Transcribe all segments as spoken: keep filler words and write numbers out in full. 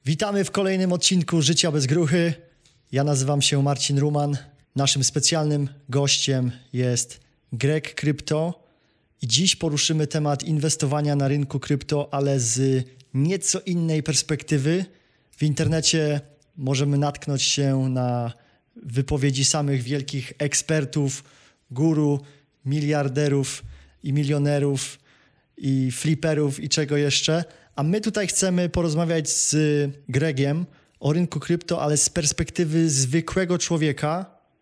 Witamy w kolejnym odcinku Życia bez gruchy. Ja nazywam się Marcin Ruman. Naszym specjalnym gościem jest Greg Krypto. I dziś poruszymy temat inwestowania na rynku krypto, ale z nieco innej perspektywy. W internecie możemy natknąć się na wypowiedzi samych wielkich ekspertów, guru, miliarderów i milionerów i fliperów i czego jeszcze. A my tutaj chcemy porozmawiać z Gregiem o rynku krypto, ale z perspektywy zwykłego człowieka.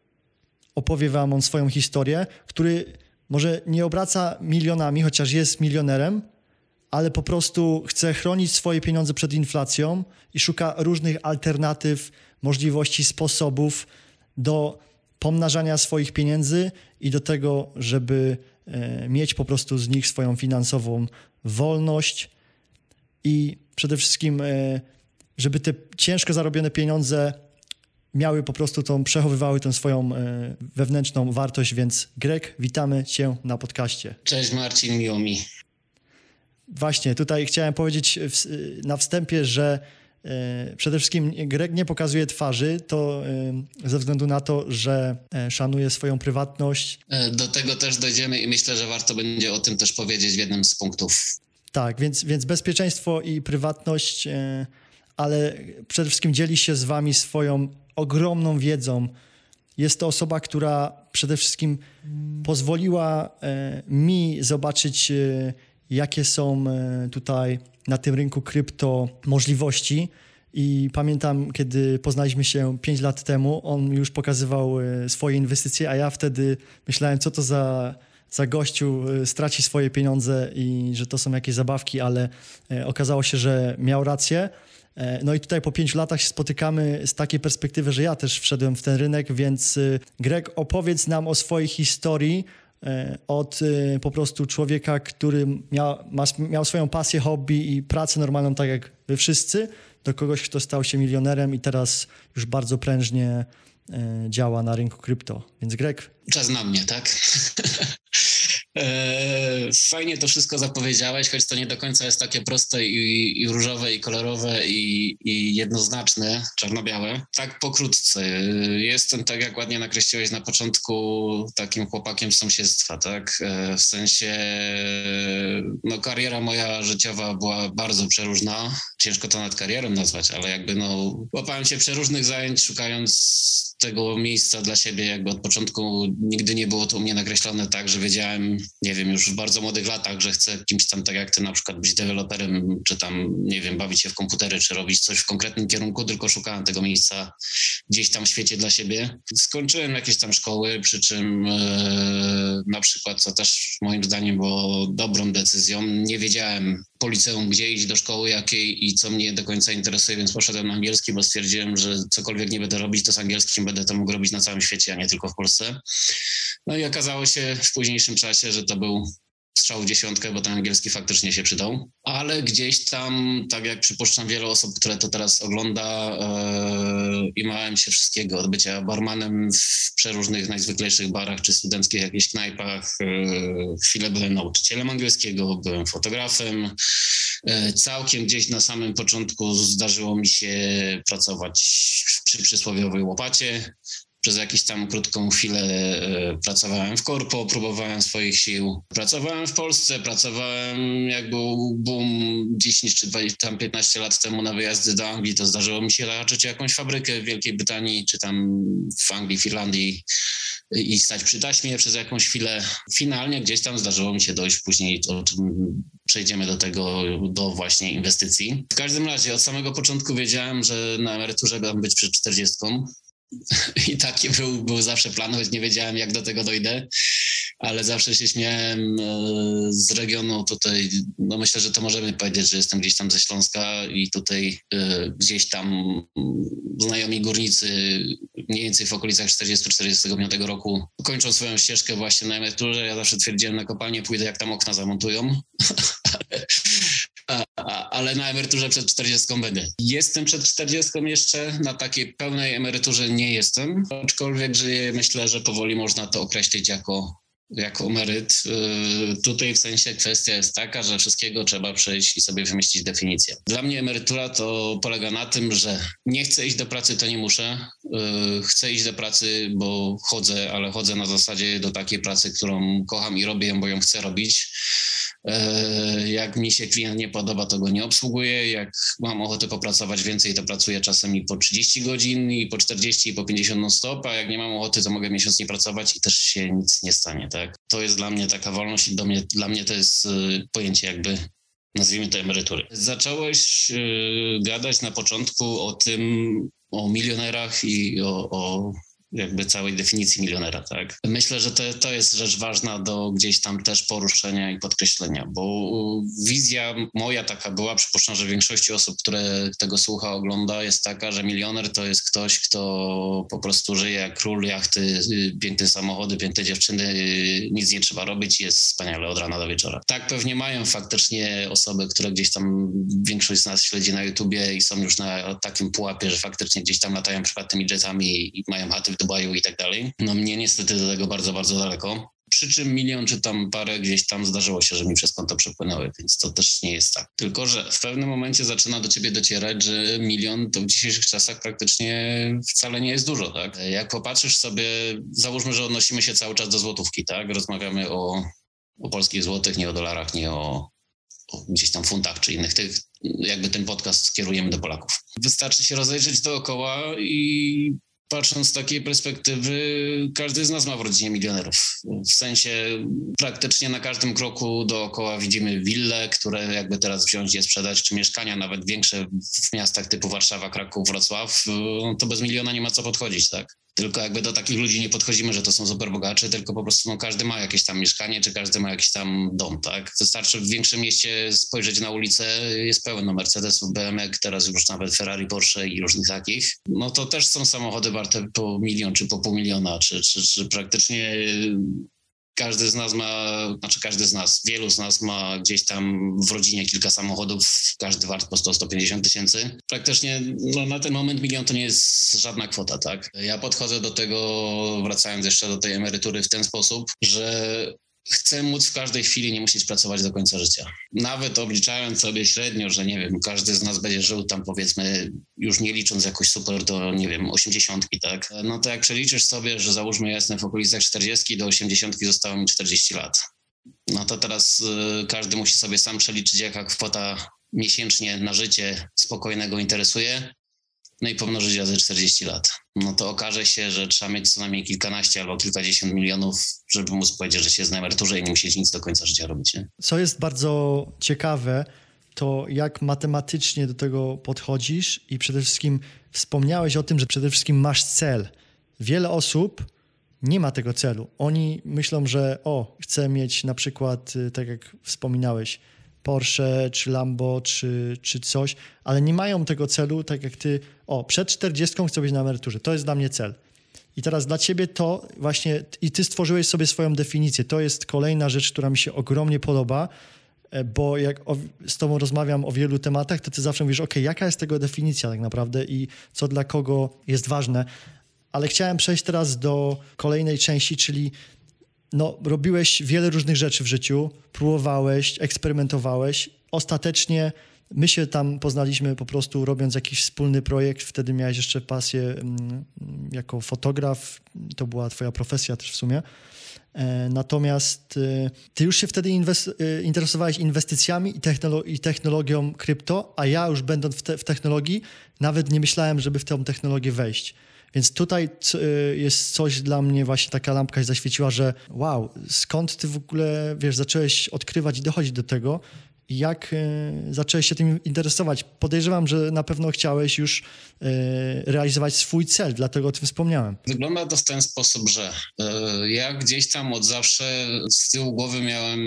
Opowie wam on swoją historię, który może nie obraca milionami, chociaż jest milionerem, ale po prostu chce chronić swoje pieniądze przed inflacją i szuka różnych alternatyw, możliwości, sposobów do pomnażania swoich pieniędzy i do tego, żeby e, mieć po prostu z nich swoją finansową wolność i przede wszystkim, e, żeby te ciężko zarobione pieniądze miały po prostu tą, przechowywały tą swoją e, wewnętrzną wartość, więc Greg, witamy Cię na podcaście. Cześć Marcin, miło mi. Właśnie, tutaj chciałem powiedzieć w, na wstępie, że e, przede wszystkim Greg nie pokazuje twarzy, to e, ze względu na to, że e, szanuje swoją prywatność. Do tego też dojdziemy i myślę, że warto będzie o tym też powiedzieć w jednym z punktów. Tak, więc, więc bezpieczeństwo i prywatność, e, ale przede wszystkim dzieli się z Wami swoją ogromną wiedzą. Jest to osoba, która przede wszystkim pozwoliła e, mi zobaczyć, e, jakie są e, tutaj na tym rynku krypto możliwości. I pamiętam, kiedy poznaliśmy się pięć lat temu, on już pokazywał e, swoje inwestycje, a ja wtedy myślałem, co to za, za gościu e, straci swoje pieniądze i że to są jakieś zabawki, ale e, okazało się, że miał rację. No i tutaj po pięciu latach się spotykamy z takiej perspektywy, że ja też wszedłem w ten rynek, więc Greg, opowiedz nam o swojej historii od po prostu człowieka, który miał, miał swoją pasję, hobby i pracę normalną, tak jak wy wszyscy, do kogoś, kto stał się milionerem i teraz już bardzo prężnie działa na rynku krypto. Więc Greg... Czas na mnie, tak? Fajnie to wszystko zapowiedziałeś, choć to nie do końca jest takie proste i, i różowe, i kolorowe, i, i jednoznaczne, czarno-białe. Tak pokrótce. Jestem, tak jak ładnie nakreśliłeś na początku, takim chłopakiem z sąsiedztwa, tak? W sensie, no kariera moja życiowa była bardzo przeróżna. Ciężko to nawet karierą nazwać, ale jakby no łapałem się przeróżnych zajęć, szukając tego miejsca dla siebie, jakby od początku nigdy nie było to u mnie nakreślone tak, że wiedziałem, nie wiem, już w bardzo młodych latach, że chcę kimś tam, tak jak ty na przykład być deweloperem, czy tam, nie wiem, bawić się w komputery, czy robić coś w konkretnym kierunku, tylko szukałem tego miejsca gdzieś tam w świecie dla siebie. Skończyłem jakieś tam szkoły, przy czym e, na przykład, co też moim zdaniem było dobrą decyzją, nie wiedziałem po liceum, gdzie iść do szkoły jakiej i co mnie do końca interesuje, więc poszedłem na angielski, bo stwierdziłem, że cokolwiek nie będę robić, to z angielskim będę to mógł robić na całym świecie, a nie tylko w Polsce. No i okazało się w późniejszym czasie, że to był strzał w dziesiątkę, bo ten angielski faktycznie się przydał, ale gdzieś tam, tak jak przypuszczam wiele osób, które to teraz ogląda, yy, i małem się wszystkiego, od bycia barmanem w przeróżnych, najzwyklejszych barach czy studenckich jakichś knajpach. Yy, chwilę byłem nauczycielem angielskiego, byłem fotografem. Yy, całkiem gdzieś na samym początku zdarzyło mi się pracować przy przysłowiowej łopacie. Przez jakąś tam krótką chwilę e, pracowałem w korpo, próbowałem swoich sił. Pracowałem w Polsce, pracowałem jak był boom dziesięć czy dwadzieścia, tam piętnaście lat temu na wyjazdy do Anglii, to zdarzyło mi się zahaczyć jakąś fabrykę w Wielkiej Brytanii, czy tam w Anglii, w Irlandii i stać przy taśmie przez jakąś chwilę. Finalnie gdzieś tam zdarzyło mi się dojść później, o czym przejdziemy do tego, do właśnie inwestycji. W każdym razie od samego początku wiedziałem, że na emeryturze będę być przed czterdziestką. I taki był, był zawsze plan, choć nie wiedziałem, jak do tego dojdę, ale zawsze się śmiałem z regionu tutaj, no myślę, że to możemy powiedzieć, że jestem gdzieś tam ze Śląska i tutaj gdzieś tam znajomi górnicy mniej więcej w okolicach czterdziestego czterdziestego piątego roku kończą swoją ścieżkę właśnie na emeryturze. Ja zawsze twierdziłem, na kopalnię pójdę, jak tam okna zamontują. A, a, ale na emeryturze przed czterdziestką będę. Jestem przed czterdziestką jeszcze, na takiej pełnej emeryturze nie jestem, aczkolwiek żyję, myślę, że powoli można to określić jako jako emeryt. Tutaj w sensie kwestia jest taka, że wszystkiego trzeba przejść i sobie wymyślić definicję. Dla mnie emerytura to polega na tym, że nie chcę iść do pracy, to nie muszę. Chcę iść do pracy, bo chodzę, ale chodzę na zasadzie do takiej pracy, którą kocham i robię ją, bo ją chcę robić. Jak mi się klient nie podoba, to go nie obsługuję. Jak mam ochotę popracować więcej, to pracuję czasem i po trzydzieści godzin, i po czterdzieści, i po pięćdziesiąt non-stop, a jak nie mam ochoty, to mogę miesiąc nie pracować i też się nic nie stanie, tak? To jest dla mnie taka wolność i do mnie, dla mnie to jest pojęcie jakby, nazwijmy to, emerytury. Zacząłeś yy, gadać na początku o tym, o milionerach i o, o jakby całej definicji milionera, tak? Myślę, że to, to jest rzecz ważna do gdzieś tam też poruszenia i podkreślenia, bo wizja moja taka była, przypuszczam, że większości osób, które tego słucha, ogląda, jest taka, że milioner to jest ktoś, kto po prostu żyje jak król, jachty, piękne samochody, piękne dziewczyny, nic nie trzeba robić i jest wspaniale od rana do wieczora. Tak pewnie mają faktycznie osoby, które gdzieś tam większość z nas śledzi na YouTubie i są już na takim pułapie, że faktycznie gdzieś tam latają prywatnymi jetami i mają chaty w Dubaju i tak dalej. No mnie niestety do tego bardzo, bardzo daleko. Przy czym milion czy tam parę gdzieś tam zdarzyło się, że mi przez konto przepłynęły, więc to też nie jest tak. Tylko że w pewnym momencie zaczyna do ciebie docierać, że milion to w dzisiejszych czasach praktycznie wcale nie jest dużo, tak? Jak popatrzysz sobie, załóżmy, że odnosimy się cały czas do złotówki, tak? Rozmawiamy o, o polskich złotych, nie o dolarach, nie o, o gdzieś tam funtach czy innych tych. Jakby ten podcast skierujemy do Polaków. Wystarczy się rozejrzeć dookoła i patrząc z takiej perspektywy, każdy z nas ma w rodzinie milionerów. W sensie praktycznie na każdym kroku dookoła widzimy wille, które jakby teraz wziąć, je sprzedać, czy mieszkania nawet większe w miastach typu Warszawa, Kraków, Wrocław, to bez miliona nie ma co podchodzić, tak? Tylko jakby do takich ludzi nie podchodzimy, że to są super bogacze, tylko po prostu no, każdy ma jakieś tam mieszkanie, czy każdy ma jakiś tam dom, tak? Wystarczy w większym mieście spojrzeć na ulicę, jest pełno Mercedesów, B M W, teraz już nawet Ferrari, Porsche i różnych takich. No to też są samochody warte po milion, czy po pół miliona, czy, czy, czy praktycznie każdy z nas ma, znaczy każdy z nas, wielu z nas ma gdzieś tam w rodzinie kilka samochodów, każdy wart po sto do stu pięćdziesięciu tysięcy. Praktycznie no, na ten moment milion to nie jest żadna kwota, tak? Ja podchodzę do tego, wracając jeszcze do tej emerytury, w ten sposób, że chcę móc w każdej chwili nie musieć pracować do końca życia. Nawet obliczając sobie średnio, że nie wiem, każdy z nas będzie żył tam powiedzmy, już nie licząc jakoś super do, nie wiem, osiemdziesiątki, tak? No to jak przeliczysz sobie, że załóżmy ja jestem w okolicach czterdziestki, do osiemdziesiątki zostało mi czterdzieści lat. No to teraz y, każdy musi sobie sam przeliczyć, jaka kwota miesięcznie na życie spokojnego interesuje. No i pomnożyć razy czterdzieści lat. No to okaże się, że trzeba mieć co najmniej kilkanaście albo kilkadziesiąt milionów, żeby móc powiedzieć, że się jest na emeryturze i nie musieć nic do końca życia robić. Nie? Co jest bardzo ciekawe, to jak matematycznie do tego podchodzisz i przede wszystkim wspomniałeś o tym, że przede wszystkim masz cel. Wiele osób nie ma tego celu. Oni myślą, że o, chcę mieć na przykład, tak jak wspominałeś, Porsche, czy Lambo, czy, czy coś, ale nie mają tego celu, tak jak ty, o, przed czterdziestką chcę być na emeryturze, to jest dla mnie cel. I teraz dla ciebie to właśnie, i ty stworzyłeś sobie swoją definicję, to jest kolejna rzecz, która mi się ogromnie podoba, bo jak o, z tobą rozmawiam o wielu tematach, to ty zawsze mówisz, ok, jaka jest tego definicja tak naprawdę i co dla kogo jest ważne, ale chciałem przejść teraz do kolejnej części, czyli no, robiłeś wiele różnych rzeczy w życiu, próbowałeś, eksperymentowałeś. Ostatecznie my się tam poznaliśmy po prostu robiąc jakiś wspólny projekt. Wtedy miałeś jeszcze pasję mm, jako fotograf. To była twoja profesja też w sumie. E, natomiast e, ty już się wtedy inwes- e, interesowałeś inwestycjami i, technolo- i technologią krypto, a ja już będąc w, te- w technologii nawet nie myślałem, żeby w tę technologię wejść. Więc tutaj jest coś dla mnie, właśnie taka lampka się zaświeciła, że wow, skąd ty w ogóle, wiesz, zacząłeś odkrywać i dochodzić do tego i jak y, zacząłeś się tym interesować. Podejrzewam, że na pewno chciałeś już y, realizować swój cel, dlatego o tym wspomniałem. Wygląda to w ten sposób, że y, ja gdzieś tam od zawsze z tyłu głowy miałem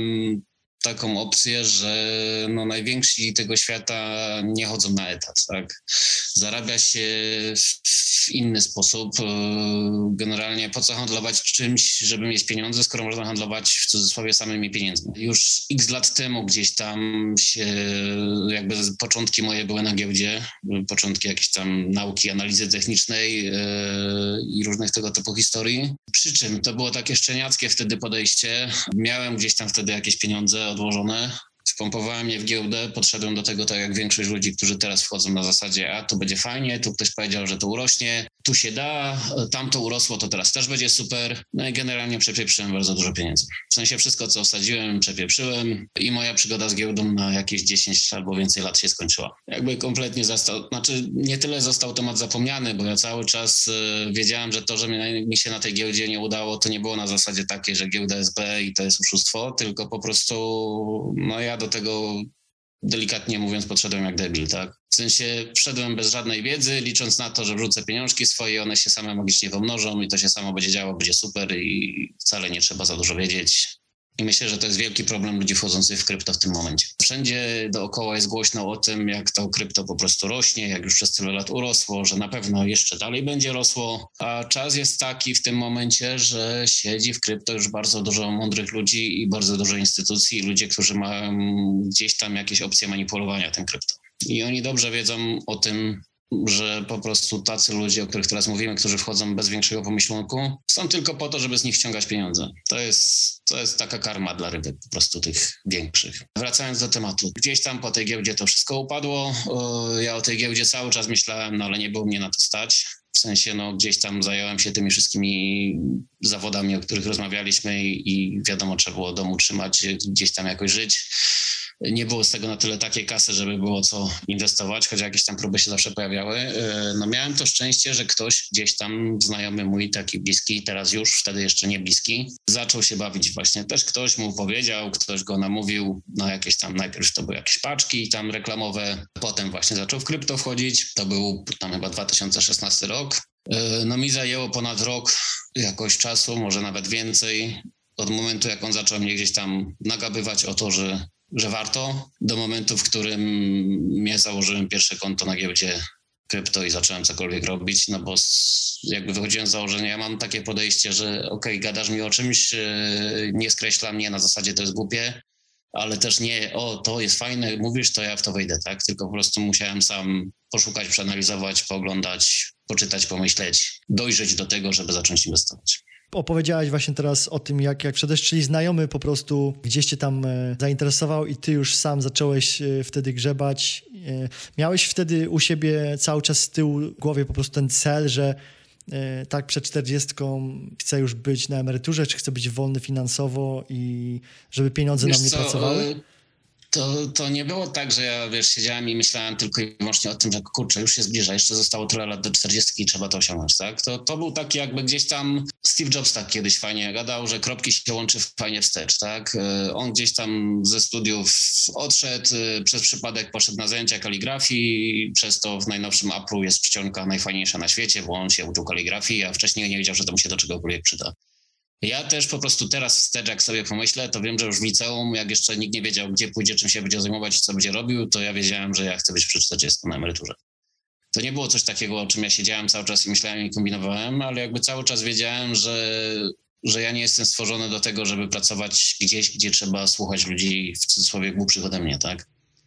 taką opcję, że no najwięksi tego świata nie chodzą na etat, tak? Zarabia się w w inny sposób. Generalnie po co handlować czymś, żeby mieć pieniądze, skoro można handlować w cudzysłowie samymi pieniędzmi. Już x lat temu gdzieś tam się, jakby początki moje były na giełdzie, początki jakiejś tam nauki, analizy technicznej yy, i różnych tego typu historii. Przy czym to było takie szczeniackie wtedy podejście. Miałem gdzieś tam wtedy jakieś pieniądze odłożone. Wpompowałem je w giełdę, podszedłem do tego tak jak większość ludzi, którzy teraz wchodzą na zasadzie, a tu będzie fajnie, tu ktoś powiedział, że to urośnie, tu się da, tam to urosło, to teraz też będzie super. No i generalnie przepieprzyłem bardzo dużo pieniędzy. W sensie wszystko, co wsadziłem, przepieprzyłem i moja przygoda z giełdą na jakieś dziesięć albo więcej lat się skończyła. Jakby kompletnie został, znaczy nie tyle został temat zapomniany, bo ja cały czas y, wiedziałem, że to, że mi, mi się na tej giełdzie nie udało, to nie było na zasadzie takiej, że giełda jest B i to jest oszustwo, tylko po prostu no ja do tego delikatnie mówiąc podszedłem jak debil, tak? W sensie wszedłem bez żadnej wiedzy, licząc na to, że wrzucę pieniążki swoje, one się same magicznie pomnożą i to się samo będzie działo, będzie super i wcale nie trzeba za dużo wiedzieć. I myślę, że to jest wielki problem ludzi wchodzących w krypto w tym momencie. Wszędzie dookoła jest głośno o tym, jak to krypto po prostu rośnie, jak już przez tyle lat urosło, że na pewno jeszcze dalej będzie rosło, a czas jest taki w tym momencie, że siedzi w krypto już bardzo dużo mądrych ludzi i bardzo dużo instytucji i ludzie, którzy mają gdzieś tam jakieś opcje manipulowania tym krypto. I oni dobrze wiedzą o tym, że po prostu tacy ludzie, o których teraz mówimy, którzy wchodzą bez większego pomyślunku, są tylko po to, żeby z nich ściągać pieniądze. To jest, to jest taka karma dla ryby po prostu tych większych. Wracając do tematu. Gdzieś tam po tej giełdzie to wszystko upadło. Ja o tej giełdzie cały czas myślałem, no ale nie było mnie na to stać. W sensie no gdzieś tam zająłem się tymi wszystkimi zawodami, o których rozmawialiśmy i wiadomo, trzeba było domu trzymać, gdzieś tam jakoś żyć. Nie było z tego na tyle takiej kasy, żeby było co inwestować, choć jakieś tam próby się zawsze pojawiały. No miałem to szczęście, że ktoś gdzieś tam, znajomy mój, taki bliski, teraz już, wtedy jeszcze nie bliski, zaczął się bawić właśnie. Też ktoś mu powiedział, ktoś go namówił na jakieś tam, najpierw to były jakieś paczki tam reklamowe, potem właśnie zaczął w krypto wchodzić. To był tam chyba dwa tysiące szesnasty rok. No mi zajęło ponad rok jakoś czasu, może nawet więcej, od momentu jak on zaczął mnie gdzieś tam nagabywać o to, że że warto, do momentu, w którym ja założyłem pierwsze konto na giełdzie krypto i zacząłem cokolwiek robić, no bo jakby wychodziłem z założenia, ja mam takie podejście, że okej, okay, gadasz mi o czymś, nie skreśla mnie na zasadzie to jest głupie, ale też nie, o to jest fajne, mówisz, to ja w to wejdę, tak? Tylko po prostu musiałem sam poszukać, przeanalizować, pooglądać, poczytać, pomyśleć, dojrzeć do tego, żeby zacząć inwestować. Opowiedziałeś właśnie teraz o tym, jak, jak wszedłeś, czyli znajomy po prostu gdzieś cię tam e, zainteresował i ty już sam zacząłeś e, wtedy grzebać. E, miałeś wtedy u siebie cały czas z tyłu głowie po prostu ten cel, że e, tak przed czterdziestką chcę już być na emeryturze, czy chcę być wolny finansowo i żeby pieniądze Wiesz na mnie co, pracowały? Y- To, to nie było tak, że ja, wiesz, siedziałem i myślałem tylko i wyłącznie o tym, że kurczę, już się zbliża, jeszcze zostało tyle lat do czterdziestki i trzeba to osiągnąć, tak? To, to był taki jakby gdzieś tam Steve Jobs tak kiedyś fajnie gadał, że kropki się łączy fajnie wstecz, tak? On gdzieś tam ze studiów odszedł, przez przypadek poszedł na zajęcia kaligrafii, przez to w najnowszym Apple'u jest czcionka najfajniejsza na świecie, bo on się uczył kaligrafii, a wcześniej nie wiedział, że to mu się do czegokolwiek przyda. Ja też po prostu teraz wstecz, jak sobie pomyślę, to wiem, że już w liceum, jak jeszcze nikt nie wiedział, gdzie pójdzie, czym się będzie zajmować i co będzie robił, to ja wiedziałem, że ja chcę być przy czterdziestce na emeryturze. To nie było coś takiego, o czym ja siedziałem cały czas i myślałem i kombinowałem, ale jakby cały czas wiedziałem, że, że ja nie jestem stworzony do tego, żeby pracować gdzieś, gdzie trzeba słuchać ludzi w cudzysłowie głupszych ode mnie, tak?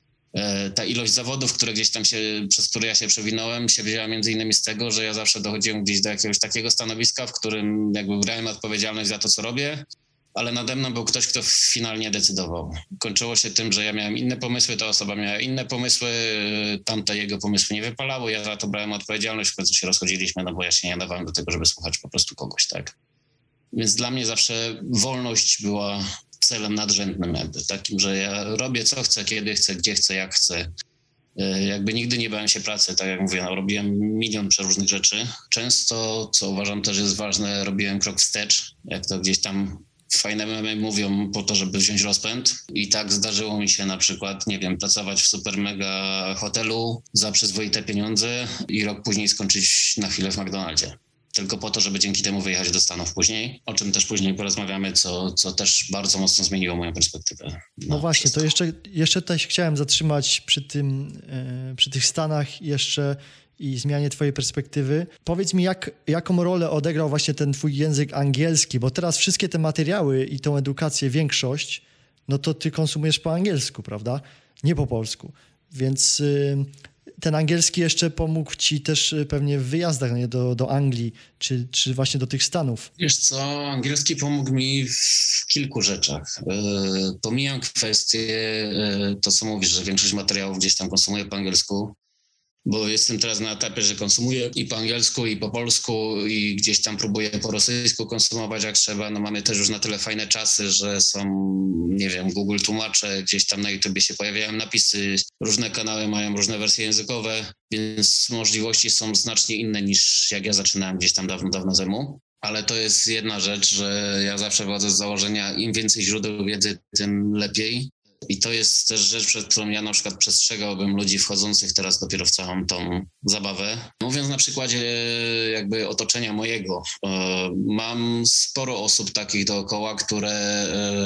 Ta ilość zawodów, które gdzieś tam się, przez które ja się przewinąłem, się wzięła między innymi z tego, że ja zawsze dochodziłem gdzieś do jakiegoś takiego stanowiska, w którym jakby brałem odpowiedzialność za to, co robię, ale nade mną był ktoś, kto finalnie decydował. Kończyło się tym, że ja miałem inne pomysły, ta osoba miała inne pomysły, tamte jego pomysły nie wypalały, ja za to brałem odpowiedzialność, w końcu się rozchodziliśmy, no bo ja się nie nadawałem do tego, żeby słuchać po prostu kogoś, tak? Więc dla mnie zawsze wolność była celem nadrzędnym jakby, takim, że ja robię co chcę, kiedy chcę, gdzie chcę, jak chcę. Jakby nigdy nie bałem się pracy, tak jak mówię, no, robiłem milion przeróżnych rzeczy. Często, co uważam też jest ważne, robiłem krok wstecz, jak to gdzieś tam fajne memy mówią, po to, żeby wziąć rozpęd. I tak zdarzyło mi się na przykład, nie wiem, pracować w super mega hotelu za przyzwoite pieniądze i rok później skończyć na chwilę w McDonaldzie. tylko po to, żeby dzięki temu wyjechać do Stanów później, o czym też później porozmawiamy, co, co też bardzo mocno zmieniło moją perspektywę. No, no właśnie, wszystko. to jeszcze, jeszcze tutaj się chciałem zatrzymać przy tym, yy, przy tych Stanach jeszcze i zmianie twojej perspektywy. Powiedz mi, jak, jaką rolę odegrał właśnie ten twój język angielski, bo teraz wszystkie te materiały i tą edukację, większość, no to ty konsumujesz po angielsku, prawda? Nie po polsku. Więc yy, ten angielski jeszcze pomógł ci też pewnie w wyjazdach, nie? Do, do Anglii, czy, czy właśnie do tych Stanów. Wiesz co, angielski pomógł mi w kilku rzeczach. Yy, pomijam kwestię, yy, to co mówisz, że większość materiałów gdzieś tam konsumuję po angielsku, bo jestem teraz na etapie, że konsumuję i po angielsku, i po polsku, i gdzieś tam próbuję po rosyjsku konsumować jak trzeba. No mamy też już na tyle fajne czasy, że są, nie wiem, Google tłumacze, gdzieś tam na YouTubie się pojawiają napisy, różne kanały mają różne wersje językowe, więc możliwości są znacznie inne niż jak ja zaczynałem gdzieś tam dawno, dawno temu. Ale to jest jedna rzecz, że ja zawsze wychodzę z założenia, im więcej źródeł wiedzy, tym lepiej. I to jest też rzecz, przed którą ja na przykład przestrzegałbym ludzi wchodzących teraz dopiero w całą tą zabawę. Mówiąc na przykładzie jakby otoczenia mojego, mam sporo osób takich dookoła, które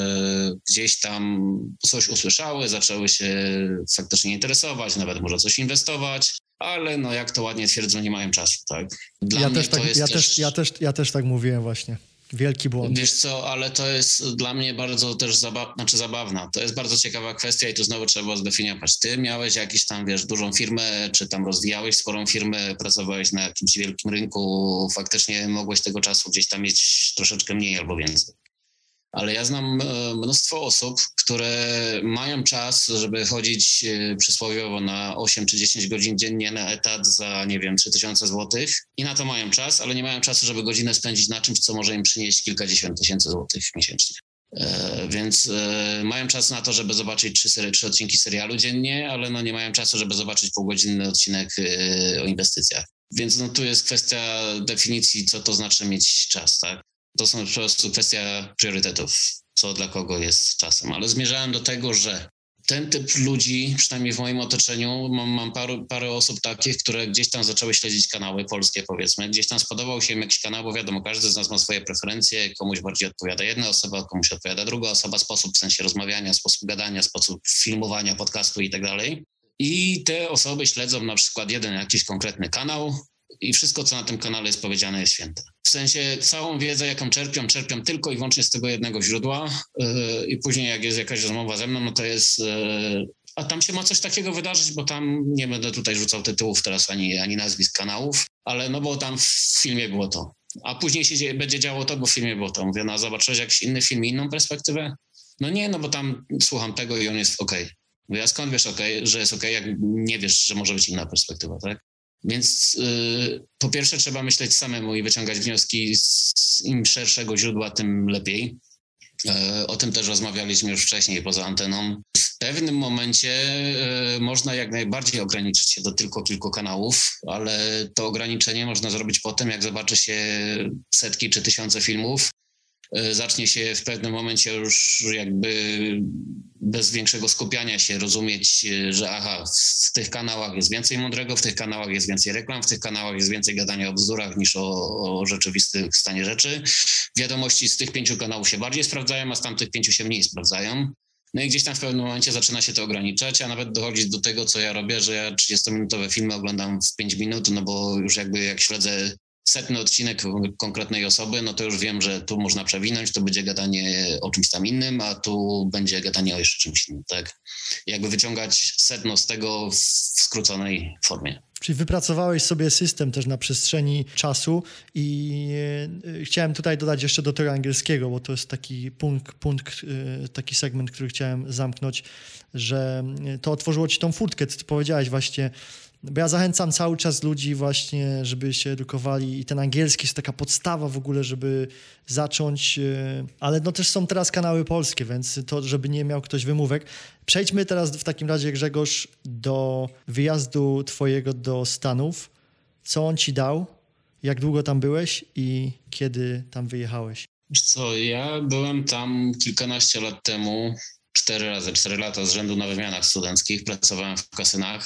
gdzieś tam coś usłyszały, zaczęły się faktycznie interesować, nawet może coś inwestować, ale no jak to ładnie twierdzą, nie mają czasu, tak? Dla ja mnie też to tak, jest ja też... też, ja też, ja też tak mówiłem właśnie. Wielki błąd. Wiesz co, ale to jest dla mnie bardzo też zabaw, znaczy zabawna. To jest bardzo ciekawa kwestia i tu znowu trzeba było zdefiniować. Ty miałeś jakiś tam, wiesz, dużą firmę, czy tam rozwijałeś sporą firmę, pracowałeś na jakimś wielkim rynku, faktycznie mogłeś tego czasu gdzieś tam mieć troszeczkę mniej albo więcej. Ale ja znam mnóstwo osób, które mają czas, żeby chodzić przysłowiowo na osiem czy dziesięć godzin dziennie na etat za, nie wiem, trzy tysiące złotych i na to mają czas, ale nie mają czasu, żeby godzinę spędzić na czymś, co może im przynieść kilkadziesiąt tysięcy złotych miesięcznie. E, więc e, mają czas na to, żeby zobaczyć trzy, sery, trzy odcinki serialu dziennie, ale no nie mają czasu, żeby zobaczyć półgodzinny odcinek e, o inwestycjach. Więc no tu jest kwestia definicji, co to znaczy mieć czas, tak? To są po prostu kwestia priorytetów, co dla kogo jest czasem. Ale zmierzałem do tego, że ten typ ludzi, przynajmniej w moim otoczeniu, mam, mam paru, parę osób takich, które gdzieś tam zaczęły śledzić kanały polskie, powiedzmy. Gdzieś tam spodobał się im jakiś kanał, bo wiadomo, każdy z nas ma swoje preferencje. Komuś bardziej odpowiada jedna osoba, komuś odpowiada druga osoba, sposób w sensie rozmawiania, sposób gadania, sposób filmowania podcastu i tak dalej. I te osoby śledzą na przykład jeden jakiś konkretny kanał, i wszystko, co na tym kanale jest powiedziane, jest święte. W sensie całą wiedzę, jaką czerpią, czerpią tylko i wyłącznie z tego jednego źródła yy, i później jak jest jakaś rozmowa ze mną, no to jest... Yy, a tam się ma coś takiego wydarzyć, bo tam nie będę tutaj rzucał tytułów teraz ani, ani nazwisk kanałów, ale no bo tam w filmie było to. A później się dzieje, będzie działo to, bo w filmie było to. Mówię, no zobaczyłeś jakiś inny film, inną perspektywę? No nie, no bo tam słucham tego i on jest okej. Okay. Mówię, a skąd wiesz, okay, że jest okej, okay, jak nie wiesz, że może być inna perspektywa, tak? Więc yy, po pierwsze trzeba myśleć samemu i wyciągać wnioski z, z im szerszego źródła, tym lepiej. Yy, o tym też rozmawialiśmy już wcześniej poza anteną. W pewnym momencie yy, można jak najbardziej ograniczyć się do tylko kilku kanałów, ale to ograniczenie można zrobić potem, jak zobaczy się setki czy tysiące filmów. Zacznie się w pewnym momencie już jakby bez większego skupiania się rozumieć, że aha, w tych kanałach jest więcej mądrego, w tych kanałach jest więcej reklam, w tych kanałach jest więcej gadania o bzdurach niż o, o rzeczywistym stanie rzeczy. Wiadomości z tych pięciu kanałów się bardziej sprawdzają, a z tamtych pięciu się mniej sprawdzają. No i gdzieś tam w pewnym momencie zaczyna się to ograniczać, a nawet dochodzić do tego, co ja robię, że ja trzydziestominutowe filmy oglądam w pięć minut, no bo już jakby jak śledzę setny odcinek konkretnej osoby, no to już wiem, że tu można przewinąć, to będzie gadanie o czymś tam innym, a tu będzie gadanie o jeszcze czymś innym, tak? Jakby wyciągać sedno z tego w skróconej formie. Czyli wypracowałeś sobie system też na przestrzeni czasu i chciałem tutaj dodać jeszcze do tego angielskiego, bo to jest taki punkt, punkt taki segment, który chciałem zamknąć, że to otworzyło ci tą furtkę, ty powiedziałeś właśnie, bo ja zachęcam cały czas ludzi właśnie, żeby się edukowali i ten angielski jest taka podstawa w ogóle, żeby zacząć, ale no też są teraz kanały polskie, więc to, żeby nie miał ktoś wymówek. Przejdźmy teraz w takim razie, Grzegorz, do wyjazdu twojego do Stanów. Co on ci dał? Jak długo tam byłeś i kiedy tam wyjechałeś? Wiesz co, ja byłem tam kilkanaście lat temu, cztery razy, cztery lata z rzędu na wymianach studenckich, pracowałem w kasynach.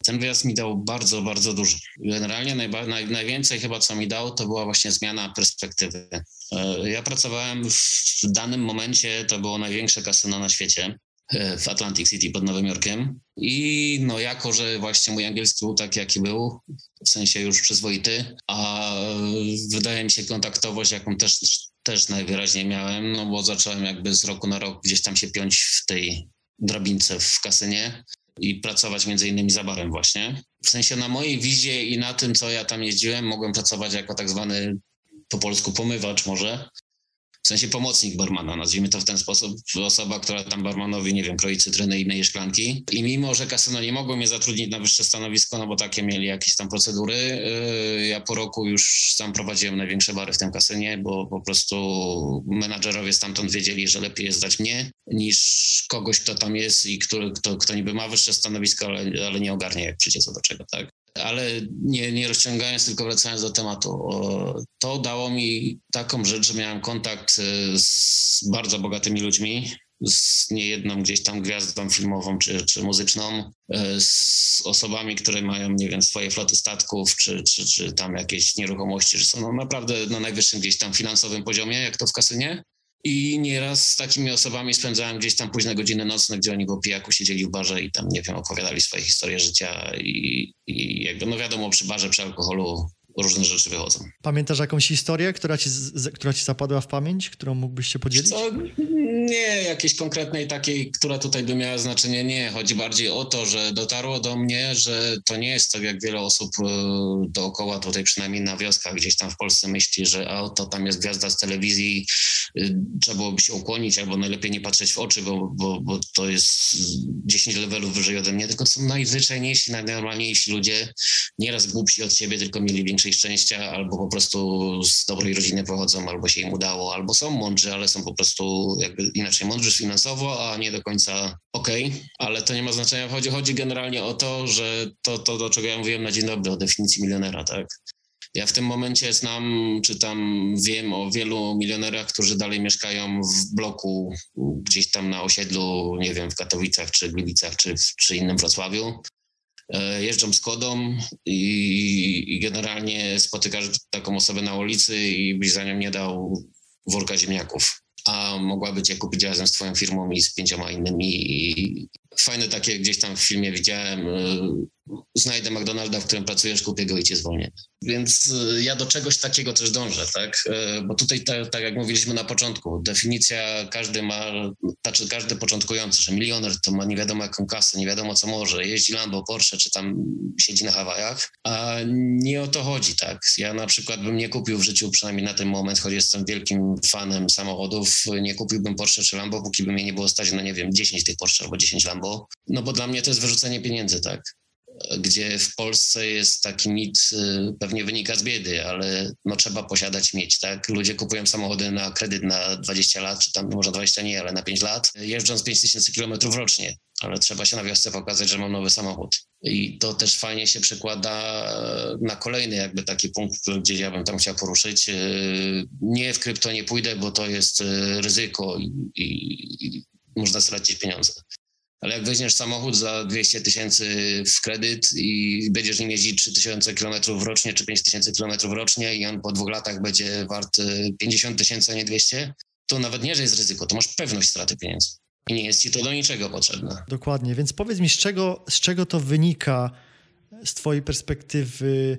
Ten wyjazd mi dał bardzo, bardzo dużo. Generalnie najba, naj, najwięcej chyba co mi dał, to była właśnie zmiana perspektywy. Ja pracowałem w danym momencie, to było największe kasyno na świecie, w Atlantic City pod Nowym Jorkiem. I no jako, że właśnie mój angielski był taki, jaki był, w sensie już przyzwoity, a wydaje mi się kontaktowość, jaką też, też najwyraźniej miałem, no bo zacząłem jakby z roku na rok gdzieś tam się piąć w tej drabince w kasynie i pracować między innymi za barem właśnie. W sensie na mojej wizie i na tym, co ja tam jeździłem, mogłem pracować jako tak zwany po polsku pomywacz może, w sensie pomocnik barmana, nazwijmy to w ten sposób. Osoba, która tam barmanowi, nie wiem, kroi cytryny i myje szklanki. I mimo, że kasyno nie mogło mnie zatrudnić na wyższe stanowisko, no bo takie mieli jakieś tam procedury, yy, ja po roku już sam prowadziłem największe bary w tym kasynie, bo po prostu menadżerowie stamtąd wiedzieli, że lepiej jest dać mnie, niż kogoś, kto tam jest i który, kto, kto niby ma wyższe stanowisko, ale, ale nie ogarnie, jak przyjdzie co do czego, tak? Ale nie, nie rozciągając, tylko wracając do tematu, to dało mi taką rzecz, że miałem kontakt z bardzo bogatymi ludźmi, z niejedną gdzieś tam gwiazdą filmową czy, czy muzyczną, z osobami, które mają, nie wiem, swoje floty statków, czy, czy, czy tam jakieś nieruchomości, że są no naprawdę na najwyższym gdzieś tam finansowym poziomie, jak to w kasynie. I nieraz z takimi osobami spędzałem gdzieś tam późne godziny nocne, gdzie oni po pijaku siedzieli w barze i tam, nie wiem, opowiadali swoje historie życia i, i jakby, no wiadomo, przy barze, przy alkoholu różne rzeczy wychodzą. Pamiętasz jakąś historię, która ci, z, która ci zapadła w pamięć, którą mógłbyś się podzielić? Co? Nie, jakiejś konkretnej takiej, która tutaj by miała znaczenie, nie. Chodzi bardziej o to, że dotarło do mnie, że to nie jest tak, jak wiele osób dookoła tutaj, przynajmniej na wioskach gdzieś tam w Polsce myśli, że a to tam jest gwiazda z telewizji, trzeba byłoby się ukłonić albo najlepiej nie patrzeć w oczy, bo, bo, bo to jest dziesięć levelów wyżej ode mnie, tylko to są najzwyczajniejsi, najnormalniejsi ludzie, nieraz głupsi od siebie, tylko mieli większej szczęścia, albo po prostu z dobrej rodziny pochodzą, albo się im udało, albo są mądrzy, ale są po prostu jakby inaczej mądrzy finansowo, a nie do końca okej, okay. Ale to nie ma znaczenia. Chodzi, chodzi generalnie o to, że to, to, do czego ja mówiłem na dzień dobry, o definicji milionera, tak? Ja w tym momencie znam, czy tam wiem o wielu milionerach, którzy dalej mieszkają w bloku gdzieś tam na osiedlu, nie wiem, w Katowicach, czy Gliwicach, czy, czy innym Wrocławiu. Jeżdżą Skodą i, i generalnie spotykasz taką osobę na ulicy i byś za nią nie dał worka ziemniaków, a mogłaby cię kupić razem z twoją firmą i z pięcioma innymi. I fajne takie gdzieś tam w filmie widziałem, znajdę McDonalda, w którym pracujesz, kupię go i cię zwolnię. Więc ja do czegoś takiego też dążę, tak? Bo tutaj, tak, tak jak mówiliśmy na początku, definicja każdy ma, znaczy każdy początkujący, że milioner to ma nie wiadomo jaką kasę, nie wiadomo co może, jeździ Lambo, Porsche, czy tam siedzi na Hawajach, a nie o to chodzi, tak? Ja na przykład bym nie kupił w życiu, przynajmniej na ten moment, choć jestem wielkim fanem samochodów, nie kupiłbym Porsche czy Lambo, póki by mnie nie było stać na, nie wiem, dziesięć tych Porsche albo dziesięć Lambo, no bo dla mnie to jest wyrzucenie pieniędzy, tak? Gdzie w Polsce jest taki mit, pewnie wynika z biedy, ale no trzeba posiadać, mieć, tak? Ludzie kupują samochody na kredyt na dwadzieścia lat, czy tam może dwadzieścia nie, ale na pięć lat, jeżdżąc pięć tysięcy kilometrów rocznie, ale trzeba się na wiosce pokazać, że mam nowy samochód. I to też fajnie się przekłada na kolejny jakby taki punkt, gdzie ja bym tam chciał poruszyć. Nie w krypto nie pójdę, bo to jest ryzyko i, i, i można stracić pieniądze. Ale jak weźmiesz samochód za dwieście tysięcy w kredyt i będziesz nim jeździć trzy tysiące kilometrów rocznie czy pięć tysięcy kilometrów rocznie i on po dwóch latach będzie wart pięćdziesiąt tysięcy, a nie dwieście, to nawet nie, że jest ryzyko, to masz pewność straty pieniędzy. I nie jest ci to do niczego potrzebne. Dokładnie, więc powiedz mi, z czego, z czego to wynika z twojej perspektywy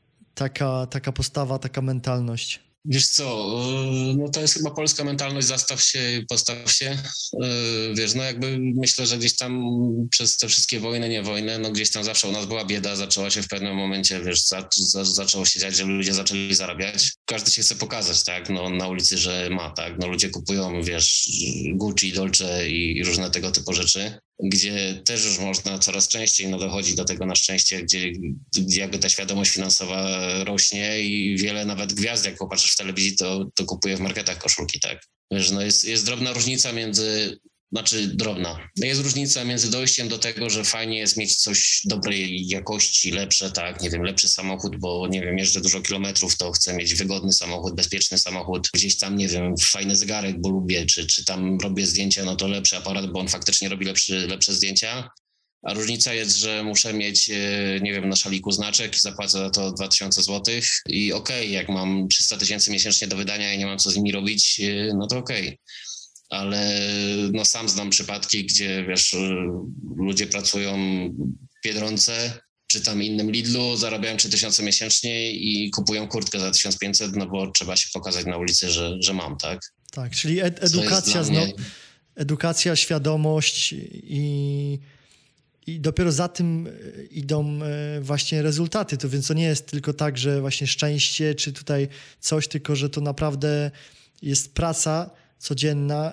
taka, taka postawa, taka mentalność? Wiesz co, no to jest chyba polska mentalność, zastaw się, postaw się, wiesz, no jakby myślę, że gdzieś tam przez te wszystkie wojny, nie wojny, no gdzieś tam zawsze u nas była bieda, zaczęła się w pewnym momencie, wiesz, za, za, zaczęło się dziać, że ludzie zaczęli zarabiać. Każdy się chce pokazać, tak, no na ulicy, że ma, tak, no ludzie kupują, wiesz, Gucci, Dolce i różne tego typu rzeczy, gdzie też już można coraz częściej, no dochodzi do tego na szczęście, gdzie, gdzie jakby ta świadomość finansowa rośnie i wiele nawet gwiazd, jak popatrzysz w telewizji, to, to kupuje w marketach koszulki, tak. Wiesz, no jest, jest drobna różnica między, znaczy drobna, jest różnica między dojściem do tego, że fajnie jest mieć coś dobrej jakości, lepsze, tak, nie wiem, lepszy samochód, bo nie wiem, jeżdżę dużo kilometrów, to chcę mieć wygodny samochód, bezpieczny samochód, gdzieś tam, nie wiem, fajny zegarek, bo lubię, czy, czy tam robię zdjęcia, no to lepszy aparat, bo on faktycznie robi lepszy, lepsze zdjęcia, A różnica jest, że muszę mieć, nie wiem, na szaliku znaczek i zapłacę za to dwa tysiące złotych i okej, okay, jak mam trzysta tysięcy miesięcznie do wydania i nie mam co z nimi robić, no to okej. Okay. Ale no sam znam przypadki, gdzie wiesz, ludzie pracują w Biedronce czy tam innym Lidlu, zarabiają trzy tysiące miesięcznie i kupują kurtkę za tysiąc pięćset, no bo trzeba się pokazać na ulicy, że, że mam, tak? Tak, czyli ed- edukacja, mnie... edukacja, świadomość i, i dopiero za tym idą właśnie rezultaty. To więc to nie jest tylko tak, że właśnie szczęście czy tutaj coś, tylko że to naprawdę jest praca codzienna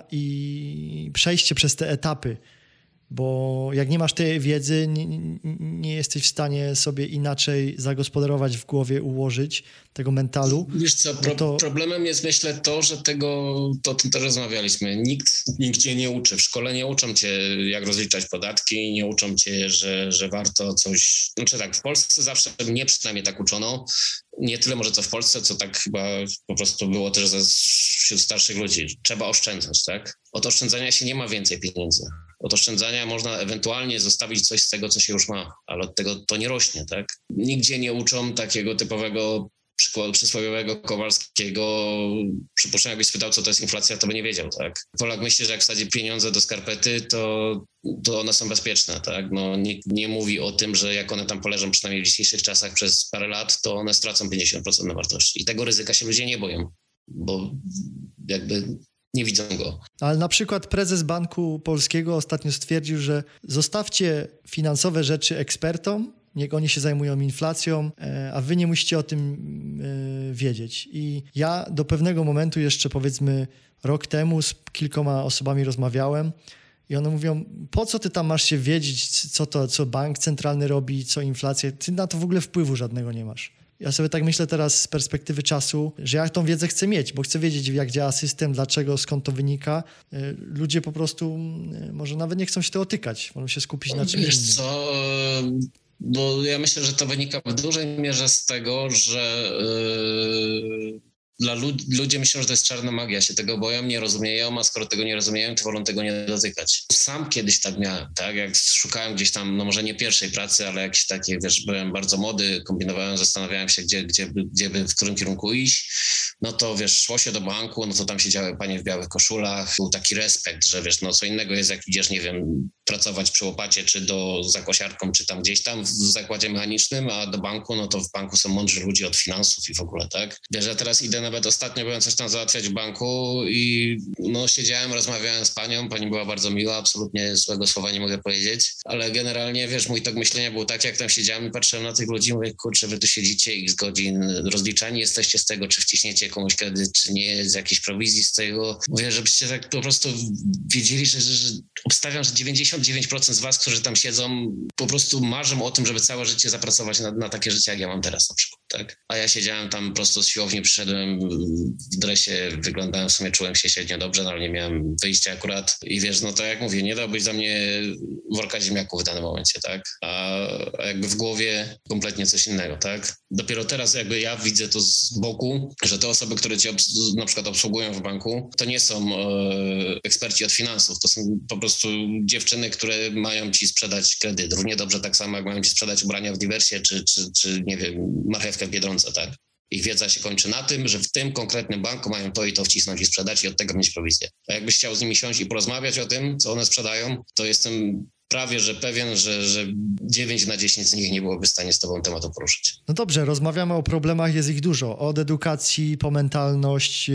i przejście przez te etapy, bo jak nie masz tej wiedzy, nie, nie jesteś w stanie sobie inaczej zagospodarować w głowie, ułożyć tego mentalu. Wiesz co, pro, to... problemem jest myślę to, że tego, to o tym też rozmawialiśmy, nikt nigdzie nie uczy. W szkole nie uczą cię, jak rozliczać podatki, nie uczą cię, że, że warto coś, znaczy tak, w Polsce zawsze, mnie przynajmniej tak uczono, nie tyle może co w Polsce, co tak chyba po prostu było też wśród starszych ludzi. Trzeba oszczędzać, tak? Od oszczędzania się nie ma więcej pieniędzy. Od oszczędzania można ewentualnie zostawić coś z tego, co się już ma, ale od tego to nie rośnie, tak? Nigdzie nie uczą takiego typowego przysłowiowego Kowalskiego. Przypuszczam, jakbyś spytał, co to jest inflacja, to by nie wiedział, tak? Polak myśli, że jak wsadzi pieniądze do skarpety, to, to one są bezpieczne, tak? No, nikt nie mówi o tym, że jak one tam poleżą, przynajmniej w dzisiejszych czasach przez parę lat, to one stracą pięćdziesiąt procent na wartości. I tego ryzyka się ludzie nie boją, bo jakby nie widzą go. Ale na przykład prezes Banku Polskiego ostatnio stwierdził, że zostawcie finansowe rzeczy ekspertom, niech oni się zajmują inflacją, a wy nie musicie o tym wiedzieć. I ja do pewnego momentu, jeszcze powiedzmy rok temu, z kilkoma osobami rozmawiałem i one mówią, po co ty tam masz się wiedzieć, co to, co bank centralny robi, co inflacja, ty na to w ogóle wpływu żadnego nie masz. Ja sobie tak myślę teraz z perspektywy czasu, że ja tą wiedzę chcę mieć, bo chcę wiedzieć, jak działa system, dlaczego, skąd to wynika. Ludzie po prostu może nawet nie chcą się tego tykać, mogą się skupić na czymś Wiesz innym. co, bo ja myślę, że to wynika w dużej mierze z tego, że yy, dla lud- ludzie myślą, że to jest czarna magia, się tego boją, nie rozumieją, a skoro tego nie rozumieją, to wolą tego nie dotykać. Sam kiedyś tak miałem, tak, jak szukałem gdzieś tam, no może nie pierwszej pracy, ale jakieś takie, wiesz, byłem bardzo młody, kombinowałem, zastanawiałem się, gdzie, gdzie, gdzie by, w którym kierunku iść, no to wiesz, szło się do banku, no to tam siedziały panie w białych koszulach, był taki respekt, że wiesz, no co innego jest, jak idziesz, nie wiem, pracować przy łopacie, czy do zakosiarką, czy tam gdzieś tam w zakładzie mechanicznym, a do banku, no to w banku są mądrzy ludzie od finansów i w ogóle, tak? Wiesz, ja teraz idę, nawet ostatnio byłem coś tam załatwiać w banku i no siedziałem, rozmawiałem z panią, pani była bardzo miła, absolutnie złego słowa nie mogę powiedzieć, ale generalnie, wiesz, mój tok myślenia był taki, jak tam siedziałem i patrzyłem na tych ludzi, mówię, kurczę, wy tu siedzicie x godzin, rozliczani jesteście z tego, czy wciśniecie komuś kredyt, czy nie, z jakiejś prowizji z tego. Mówię, żebyście tak po prostu wiedzieli, że, że, że obstawiam, że dziewięćdziesiąt dziewięć procent z was, którzy tam siedzą, po prostu marzą o tym, żeby całe życie zapracować na, na takie życie, jak ja mam teraz na przykład, tak? A ja siedziałem tam prosto z siłowni, przyszedłem w dresie, wyglądałem, w sumie czułem się średnio dobrze, no ale nie miałem wyjścia akurat i wiesz, no to jak mówię, nie dałbyś za mnie worka ziemniaków w danym momencie, tak? A, a jakby w głowie kompletnie coś innego, tak? Dopiero teraz jakby ja widzę to z boku, że te osoby, które cię obs- na przykład obsługują w banku, to nie są e, eksperci od finansów, to są po prostu dziewczyny, które mają ci sprzedać kredyt. Równie dobrze tak samo, jak mają ci sprzedać ubrania w Diversie, czy, czy, czy nie wiem, marchewkę w Biedronce, tak? Ich wiedza się kończy na tym, że w tym konkretnym banku mają to i to wcisnąć i sprzedać i od tego mieć prowizję. A jakbyś chciał z nimi siąść i porozmawiać o tym, co one sprzedają, to jestem prawie, że pewien, że, że dziewięć na dziesięć z nich nie byłoby w stanie z tobą tematu poruszyć. No dobrze, rozmawiamy o problemach, jest ich dużo. Od edukacji, po mentalność,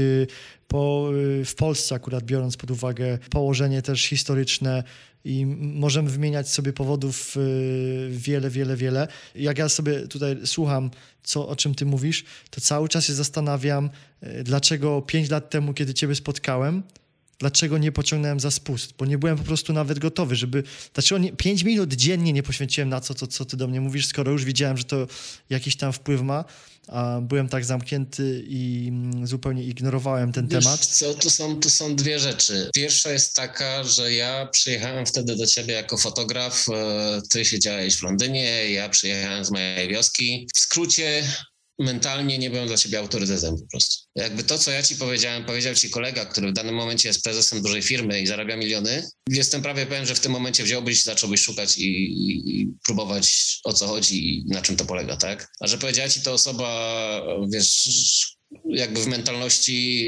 po, w Polsce akurat biorąc pod uwagę położenie też historyczne i możemy wymieniać sobie powodów wiele, wiele, wiele. Jak ja sobie tutaj słucham, co, o czym ty mówisz, to cały czas się zastanawiam, dlaczego pięć lat temu, kiedy ciebie spotkałem, dlaczego nie pociągnąłem za spust, bo nie byłem po prostu nawet gotowy, żeby... Dlaczego nie, pięć minut dziennie nie poświęciłem na co, to, co ty do mnie mówisz, skoro już widziałem, że to jakiś tam wpływ ma, a byłem tak zamknięty i zupełnie ignorowałem ten Wiesz temat. co, tu są, tu są dwie rzeczy. Pierwsza jest taka, że ja przyjechałem wtedy do ciebie jako fotograf, ty siedziałeś w Londynie, ja przyjechałem z mojej wioski. W skrócie mentalnie nie byłem dla ciebie autorytetem po prostu. Jakby to, co ja ci powiedziałem, powiedział ci kolega, który w danym momencie jest prezesem dużej firmy i zarabia miliony, jestem prawie pewien, że w tym momencie wziąłbyś i zacząłbyś szukać i, i, i próbować, o co chodzi i na czym to polega, tak? A że powiedziała ci to osoba, wiesz, jakby w mentalności,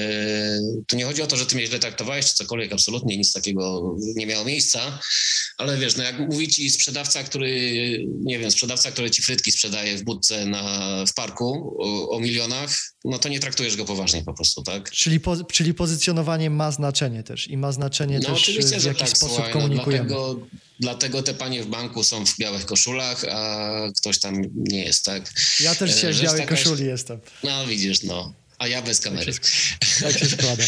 yy, to nie chodzi o to, że ty mnie źle traktowałeś czy cokolwiek, absolutnie nic takiego nie miało miejsca, ale wiesz, no jak mówi ci sprzedawca, który, nie wiem, sprzedawca, który ci frytki sprzedaje w budce na, w parku o, o milionach, no to nie traktujesz go poważnie po prostu, tak? Czyli, po, czyli pozycjonowanie ma znaczenie też i ma znaczenie no, też oczywiście, w że jaki tak, sposób słuchaj, komunikujemy. No, dlatego, dlatego te panie w banku są w białych koszulach, a ktoś tam nie jest, tak? Ja też dzisiaj w białej taka, koszuli jestem. No widzisz, no. A ja bez kamery. Tak się, tak się składa.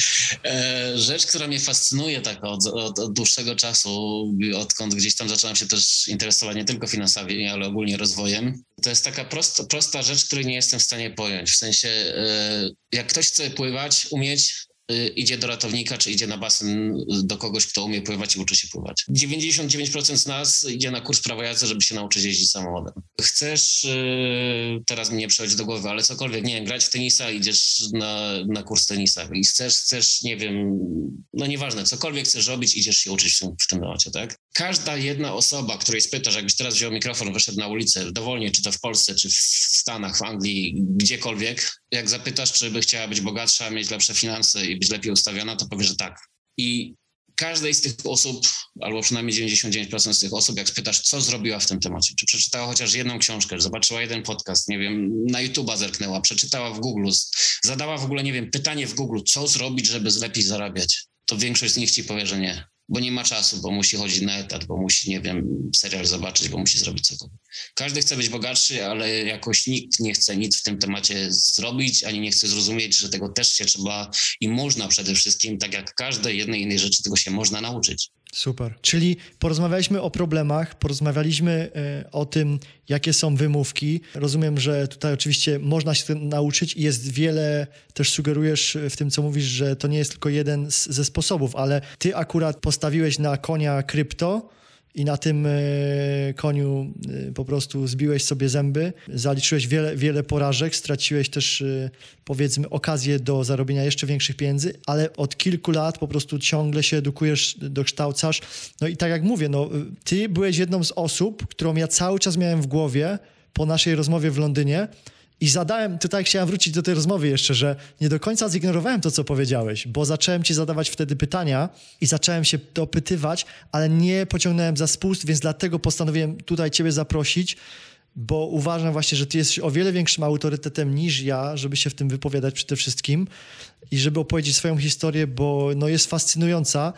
Rzecz, która mnie fascynuje tak od, od, od dłuższego czasu, odkąd gdzieś tam zacząłem się też interesować nie tylko finansami, ale ogólnie rozwojem, to jest taka prosta, prosta rzecz, której nie jestem w stanie pojąć. W sensie, jak ktoś chce pływać, umieć, idzie do ratownika, czy idzie na basen do kogoś, kto umie pływać i uczy się pływać. dziewięćdziesiąt dziewięć procent z nas idzie na kurs prawa jazdy, żeby się nauczyć jeździć samochodem. Chcesz, yy, teraz mi nie przychodzi do głowy, ale cokolwiek, nie wiem, grać w tenisa, idziesz na, na kurs tenisa i chcesz, chcesz, nie wiem, no nieważne, cokolwiek chcesz robić, idziesz się uczyć w tym, w tym temacie, tak? Każda jedna osoba, której spytasz, jakbyś teraz wziął mikrofon, wyszedł na ulicę, dowolnie, czy to w Polsce, czy w Stanach, w Anglii, gdziekolwiek, jak zapytasz, czy by chciała być bogatsza, mieć lepsze finanse i być lepiej ustawiona, to powie, że tak. I każdej z tych osób, albo przynajmniej dziewięćdziesiąt dziewięć procent z tych osób, jak spytasz, co zrobiła w tym temacie, czy przeczytała chociaż jedną książkę, zobaczyła jeden podcast, nie wiem, na YouTube'a zerknęła, przeczytała w Google, zadała w ogóle, nie wiem, pytanie w Google, co zrobić, żeby lepiej zarabiać, to większość z nich ci powie, że nie. Bo nie ma czasu, bo musi chodzić na etat, bo musi, nie wiem, serial zobaczyć, bo musi zrobić cokolwiek. Każdy chce być bogatszy, ale jakoś nikt nie chce nic w tym temacie zrobić, ani nie chce zrozumieć, że tego też się trzeba i można przede wszystkim, tak jak każdej jednej innej rzeczy, tego się można nauczyć. Super. Czyli porozmawialiśmy o problemach, porozmawialiśmy y, o tym, jakie są wymówki. Rozumiem, że tutaj oczywiście można się nauczyć i jest wiele, też sugerujesz w tym, co mówisz, że to nie jest tylko jeden z, ze sposobów, ale ty akurat postawiłeś na konia krypto i na tym y, koniu y, po prostu zbiłeś sobie zęby, zaliczyłeś wiele, wiele porażek, straciłeś też y, powiedzmy okazję do zarobienia jeszcze większych pieniędzy, ale od kilku lat po prostu ciągle się edukujesz, dokształcasz. No i tak jak mówię, no, ty byłeś jedną z osób, którą ja cały czas miałem w głowie po naszej rozmowie w Londynie. I zadałem, tutaj chciałem wrócić do tej rozmowy jeszcze, że nie do końca zignorowałem to, co powiedziałeś, bo zacząłem ci zadawać wtedy pytania i zacząłem się dopytywać, ale nie pociągnąłem za spust, więc dlatego postanowiłem tutaj ciebie zaprosić, bo uważam właśnie, że ty jesteś o wiele większym autorytetem niż ja, żeby się w tym wypowiadać przede wszystkim i żeby opowiedzieć swoją historię, bo no jest fascynująca,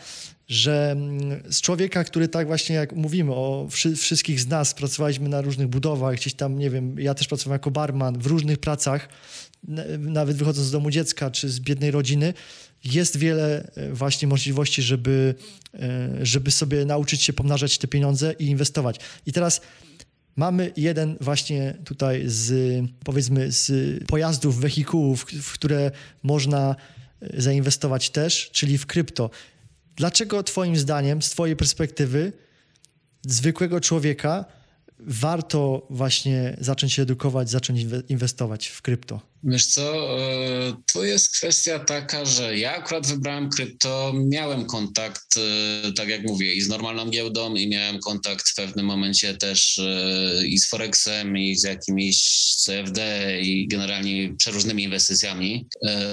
że z człowieka, który tak właśnie jak mówimy o wszy- wszystkich z nas, pracowaliśmy na różnych budowach, gdzieś tam, nie wiem, ja też pracowałem jako barman w różnych pracach, n- nawet wychodząc z domu dziecka czy z biednej rodziny, jest wiele właśnie możliwości, żeby, żeby sobie nauczyć się pomnażać te pieniądze i inwestować. I teraz mamy jeden właśnie tutaj z, powiedzmy, z pojazdów, wehikułów, w które można zainwestować też, czyli w krypto. Dlaczego twoim zdaniem, z twojej perspektywy, zwykłego człowieka warto właśnie zacząć się edukować, zacząć inwestować w krypto? Wiesz co, to jest kwestia taka, że ja akurat wybrałem krypto, miałem kontakt, tak jak mówię, i z normalną giełdą i miałem kontakt w pewnym momencie też i z Forexem, i z jakimiś C F D i generalnie przeróżnymi inwestycjami.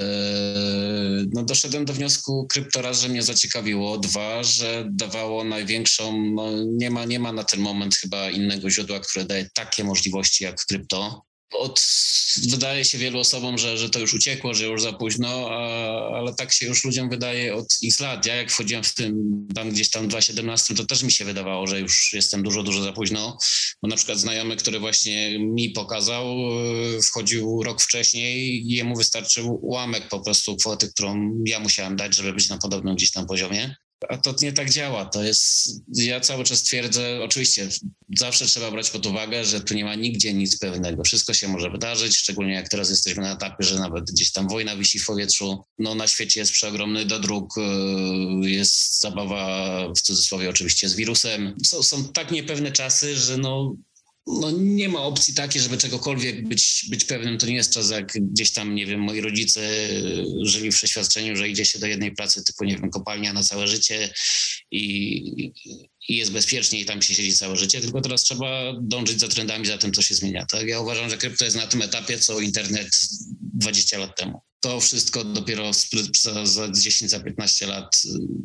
No doszedłem do wniosku krypto raz, że mnie zaciekawiło, dwa, że dawało największą, no nie ma, nie ma na ten moment chyba innego źródła, które daje takie możliwości jak krypto. Od, wydaje się wielu osobom, że, że to już uciekło, że już za późno, a, ale tak się już ludziom wydaje od x lat. Ja jak wchodziłem w tym tam gdzieś tam w dwa tysiące siedemnastym, to też mi się wydawało, że już jestem dużo, dużo za późno. Bo na przykład znajomy, który właśnie mi pokazał, wchodził rok wcześniej i jemu wystarczył ułamek po prostu kwoty, którą ja musiałem dać, żeby być na podobnym gdzieś tam poziomie. A to nie tak działa. To jest, ja cały czas twierdzę, oczywiście zawsze trzeba brać pod uwagę, że tu nie ma nigdzie nic pewnego. Wszystko się może wydarzyć, szczególnie jak teraz jesteśmy na etapie, że nawet gdzieś tam wojna wisi w powietrzu. No na świecie jest przeogromny dodruk, jest zabawa w cudzysłowie oczywiście z wirusem. Są, są tak niepewne czasy, że no no nie ma opcji takiej, żeby czegokolwiek być, być pewnym. To nie jest czas, jak gdzieś tam, nie wiem, moi rodzice żyli w przeświadczeniu, że idzie się do jednej pracy typu, nie wiem, kopalnia na całe życie i, i jest bezpiecznie i tam się siedzi całe życie, tylko teraz trzeba dążyć za trendami, za tym, co się zmienia. Tak? Ja uważam, że krypto jest na tym etapie, co internet dwadzieścia lat temu. To wszystko dopiero za, za dziesięć, za piętnaście lat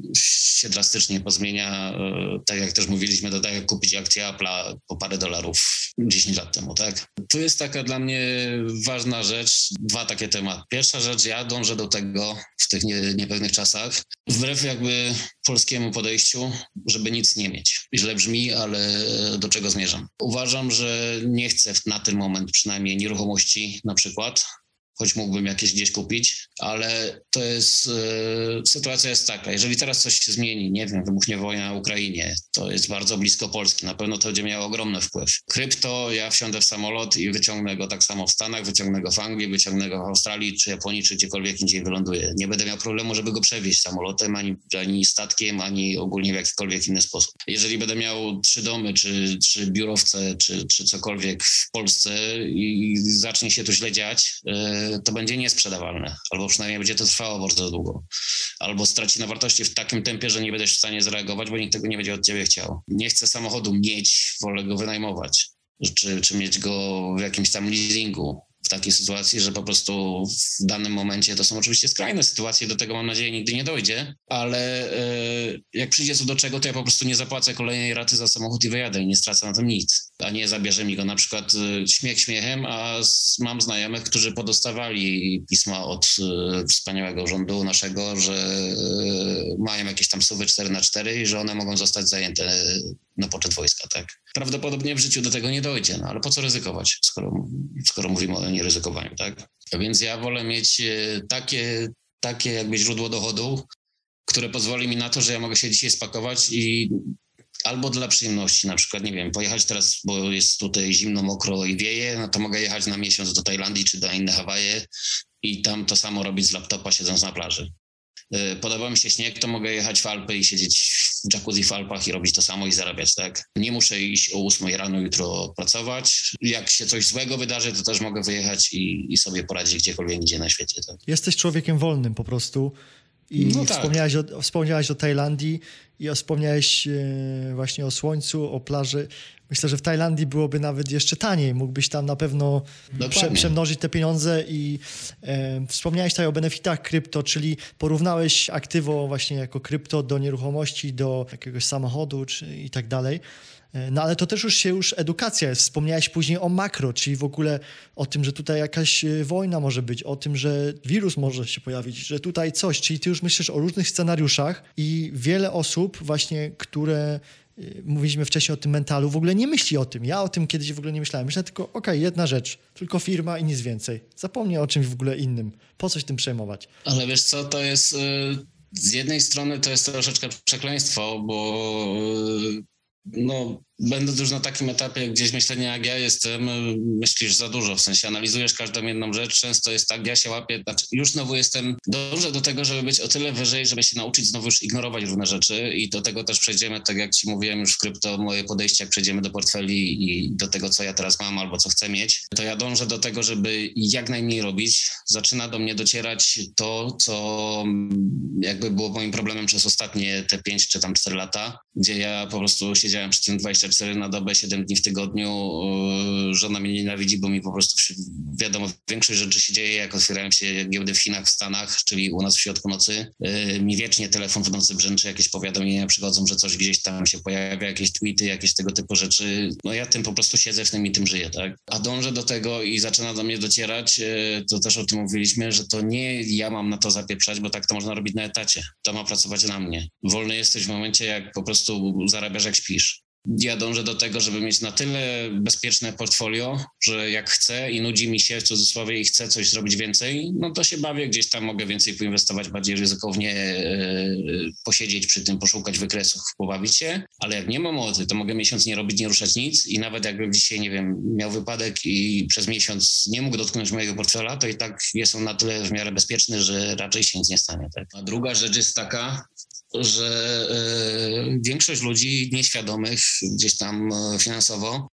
się drastycznie pozmienia. Tak jak też mówiliśmy, to tak jak kupić akcję Apple'a po parę dolarów dziesięć lat temu, tak? Tu jest taka dla mnie ważna rzecz, dwa takie tematy. Pierwsza rzecz, ja dążę do tego w tych nie, niepewnych czasach, wbrew jakby polskiemu podejściu, żeby nic nie mieć. Źle brzmi, ale do czego zmierzam? Uważam, że nie chcę na ten moment przynajmniej nieruchomości na przykład, choć mógłbym jakieś gdzieś kupić, ale to jest, yy, sytuacja jest taka, jeżeli teraz coś się zmieni, nie wiem, wybuchnie wojna na Ukrainie, to jest bardzo blisko Polski, na pewno to będzie miało ogromny wpływ. Krypto, ja wsiądę w samolot i wyciągnę go tak samo w Stanach, wyciągnę go w Anglii, wyciągnę go w Australii, czy Japonii, czy gdziekolwiek indziej wyląduje. Nie będę miał problemu, żeby go przewieźć samolotem, ani, ani statkiem, ani ogólnie w jakikolwiek inny sposób. Jeżeli będę miał trzy domy, czy, czy biurowce, czy, czy cokolwiek w Polsce i zacznie się to źle dziać, yy, to będzie niesprzedawalne, albo przynajmniej będzie to trwało bardzo długo, albo straci na wartości w takim tempie, że nie będziesz w stanie zareagować, bo nikt tego nie będzie od ciebie chciał. Nie chcę samochodu mieć, wolę go wynajmować, czy, czy mieć go w jakimś tam leasingu. W takiej sytuacji, że po prostu w danym momencie, to są oczywiście skrajne sytuacje, do tego mam nadzieję nigdy nie dojdzie, ale yy, jak przyjdzie co do czego, to ja po prostu nie zapłacę kolejnej raty za samochód i wyjadę i nie stracę na tym nic, a nie zabierze mi go na przykład yy, śmiech śmiechem, a z, mam znajomych, którzy podostawali pisma od yy, wspaniałego rządu naszego, że yy, mają jakieś tam suwy cztery na cztery i że one mogą zostać zajęte na poczet wojska, tak. Prawdopodobnie w życiu do tego nie dojdzie, no ale po co ryzykować, skoro, skoro mówimy o nieryzykowaniu, tak? Więc ja wolę mieć takie, takie jakby źródło dochodu, które pozwoli mi na to, że ja mogę się dzisiaj spakować i albo dla przyjemności, na przykład, nie wiem, pojechać teraz, bo jest tutaj zimno, mokro i wieje, no to mogę jechać na miesiąc do Tajlandii czy do inne Hawaje i tam to samo robić z laptopa, siedząc na plaży. Podoba mi się śnieg, to mogę jechać w Alpy i siedzieć w jacuzzi w Alpach i robić to samo i zarabiać, tak? Nie muszę iść o ósmej rano jutro pracować. Jak się coś złego wydarzy, to też mogę wyjechać i, i sobie poradzić gdziekolwiek indziej na świecie, tak? Jesteś człowiekiem wolnym po prostu i no tak. wspomniałeś, o, wspomniałeś o Tajlandii i wspomniałeś e, właśnie o słońcu, o plaży. Myślę, że w Tajlandii byłoby nawet jeszcze taniej. Mógłbyś tam na pewno prze, przemnożyć te pieniądze i e, wspomniałeś tutaj o benefitach krypto, czyli porównałeś aktywo właśnie jako krypto do nieruchomości, do jakiegoś samochodu czy, i tak dalej. No ale to też już się już edukacja jest. Wspomniałeś później o makro, czyli w ogóle o tym, że tutaj jakaś wojna może być, o tym, że wirus może się pojawić, że tutaj coś, czyli ty już myślisz o różnych scenariuszach i wiele osób właśnie, które mówiliśmy wcześniej o tym mentalu, w ogóle nie myśli o tym. Ja o tym kiedyś w ogóle nie myślałem. Myślę tylko, okej, okay, jedna rzecz, tylko firma i nic więcej. Zapomnij o czymś w ogóle innym. Po coś tym przejmować? Ale wiesz co, to jest... Yy, z jednej strony to jest troszeczkę przekleństwo, bo... Yy, no, będąc już na takim etapie gdzieś myślenia jak ja jestem, myślisz za dużo, w sensie analizujesz każdą jedną rzecz, często jest tak, ja się łapię, znaczy już znowu jestem, dążę do tego, żeby być o tyle wyżej, żeby się nauczyć znowu już ignorować różne rzeczy i do tego też przejdziemy, tak jak ci mówiłem już w krypto, moje podejście, jak przejdziemy do portfeli i do tego, co ja teraz mam albo co chcę mieć, to ja dążę do tego, żeby jak najmniej robić. Zaczyna do mnie docierać to, co jakby było moim problemem przez ostatnie te pięć czy tam cztery lata, gdzie ja po prostu siedziałem przy tym dwadzieścia cztery na dobę, siedem dni w tygodniu. Żona mnie nienawidzi, bo mi po prostu wiadomo, większość rzeczy się dzieje, jak otwierają się giełdy w Chinach, w Stanach, czyli u nas w środku nocy. Mi wiecznie telefon w nocy brzęczy, jakieś powiadomienia przychodzą, że coś gdzieś tam się pojawia, jakieś tweety, jakieś tego typu rzeczy. No ja tym po prostu siedzę w tym i tym żyję, tak? A dążę do tego i zaczyna do mnie docierać, to też o tym mówiliśmy, że to nie ja mam na to zapieprzać, bo tak to można robić na etacie. To ma pracować na mnie. Wolny jesteś w momencie, jak po prostu zarabiasz, jak śpisz. Ja dążę do tego, żeby mieć na tyle bezpieczne portfolio, że jak chcę i nudzi mi się w cudzysłowie i chcę coś zrobić więcej, no to się bawię, gdzieś tam mogę więcej poinwestować, bardziej ryzykownie yy, posiedzieć przy tym, poszukać wykresów, pobawić się, ale jak nie mam mocy, to mogę miesiąc nie robić, nie ruszać nic i nawet jakbym dzisiaj, nie wiem, miał wypadek i przez miesiąc nie mógł dotknąć mojego portfela, to i tak jest on na tyle w miarę bezpieczny, że raczej się nic nie stanie. Tak? A druga rzecz jest taka, że y, większość ludzi nieświadomych gdzieś tam y, finansowo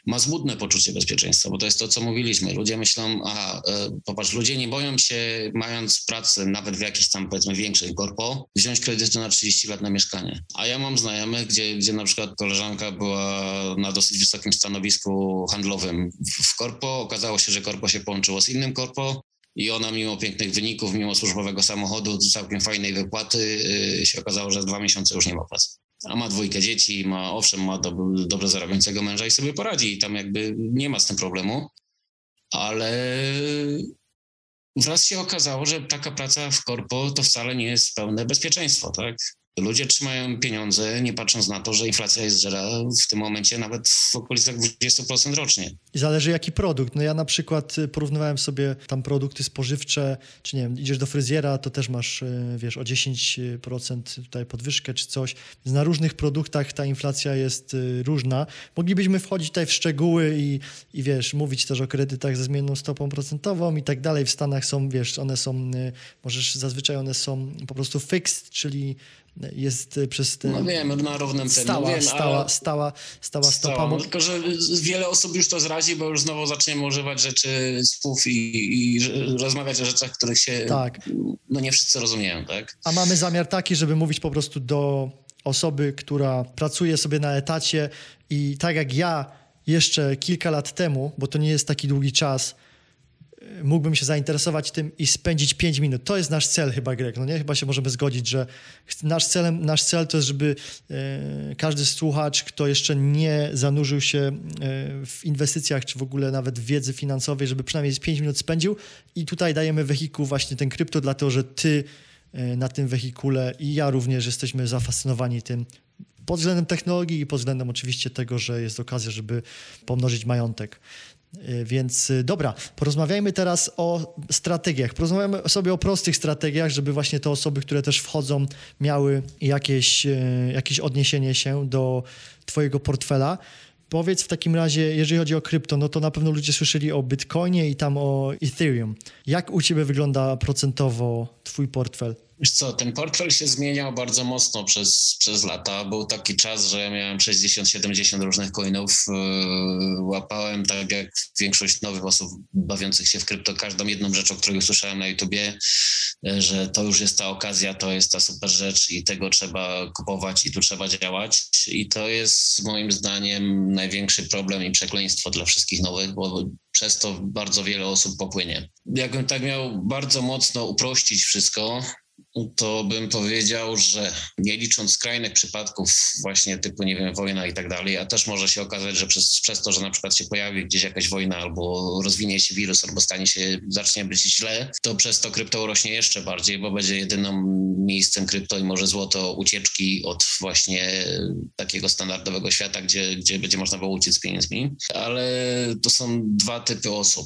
ma złudne poczucie bezpieczeństwa, bo to jest to, co mówiliśmy. Ludzie myślą, aha, e, popatrz, ludzie nie boją się, mając pracę nawet w jakiejś tam, powiedzmy, większej korpo, wziąć kredytu na trzydzieści lat na mieszkanie. A ja mam znajomych, gdzie, gdzie na przykład koleżanka była na dosyć wysokim stanowisku handlowym w korpo. Okazało się, że korpo się połączyło z innym korpo i ona mimo pięknych wyników, mimo służbowego samochodu, całkiem fajnej wypłaty, yy, się okazało, że dwa miesiące już nie ma pracy. A ma dwójkę dzieci, ma, owszem, ma do, dobrze zarabiającego męża i sobie poradzi i tam jakby nie ma z tym problemu, ale wraz się okazało, że taka praca w korpo to wcale nie jest pełne bezpieczeństwo, tak? Ludzie trzymają pieniądze, nie patrząc na to, że inflacja jest zżera w tym momencie nawet w okolicach dwadzieścia procent rocznie. I zależy jaki produkt. No ja na przykład porównywałem sobie tam produkty spożywcze, czy nie wiem, idziesz do fryzjera, to też masz, wiesz, o dziesięć procent tutaj podwyżkę czy coś. Więc na różnych produktach ta inflacja jest różna. Moglibyśmy wchodzić tutaj w szczegóły i, i wiesz, mówić też o kredytach ze zmienną stopą procentową i tak dalej. W Stanach są, wiesz, one są, możesz, zazwyczaj one są po prostu fixed, czyli jest przez te... No wiem, na równym cenie. Stała, no wiem, stała, ale... stała, stała stopa. Stała, no tylko, że wiele osób już to zrazi, bo już znowu zaczniemy używać rzeczy słów i, i rozmawiać o rzeczach, których się tak. no nie wszyscy rozumieją, tak? A mamy zamiar taki, żeby mówić po prostu do osoby, która pracuje sobie na etacie i tak jak ja jeszcze kilka lat temu, bo to nie jest taki długi czas, mógłbym się zainteresować tym i spędzić pięć minut. To jest nasz cel chyba, Greg. No nie? Chyba się możemy zgodzić, że nasz, celem, nasz cel to jest, żeby e, każdy słuchacz, kto jeszcze nie zanurzył się e, w inwestycjach, czy w ogóle nawet w wiedzy finansowej, żeby przynajmniej pięć minut spędził i tutaj dajemy wehikuł właśnie ten krypto, dlatego że ty e, na tym wehikule i ja również jesteśmy zafascynowani tym pod względem technologii i pod względem oczywiście tego, że jest okazja, żeby pomnożyć majątek. Więc dobra, porozmawiajmy teraz o strategiach. Porozmawiamy sobie o prostych strategiach, żeby właśnie te osoby, które też wchodzą, miały jakieś, jakieś odniesienie się do twojego portfela. Powiedz w takim razie, jeżeli chodzi o krypto, no to na pewno ludzie słyszeli o Bitcoinie i tam o Ethereum. Jak u ciebie wygląda procentowo twój portfel? Wiesz co, ten portfel się zmieniał bardzo mocno przez, przez lata. Był taki czas, że ja miałem sześćdziesiąt siedemdziesiąt różnych coinów. Yy, łapałem, tak jak większość nowych osób bawiących się w krypto, każdą jedną rzecz, o której usłyszałem na YouTubie, yy, że to już jest ta okazja, to jest ta super rzecz i tego trzeba kupować i tu trzeba działać. I to jest moim zdaniem największy problem i przekleństwo dla wszystkich nowych, bo przez to bardzo wiele osób popłynie. Jakbym tak miał bardzo mocno uprościć wszystko, to bym powiedział, że nie licząc skrajnych przypadków właśnie typu, nie wiem, wojna i tak dalej, a też może się okazać, że przez, przez to, że na przykład się pojawi gdzieś jakaś wojna albo rozwinie się wirus, albo stanie się, zacznie być źle, to przez to krypto urośnie jeszcze bardziej, bo będzie jedynym miejscem krypto i może złoto ucieczki od właśnie takiego standardowego świata, gdzie, gdzie będzie można było uciec z pieniędzmi. Ale to są dwa typy osób,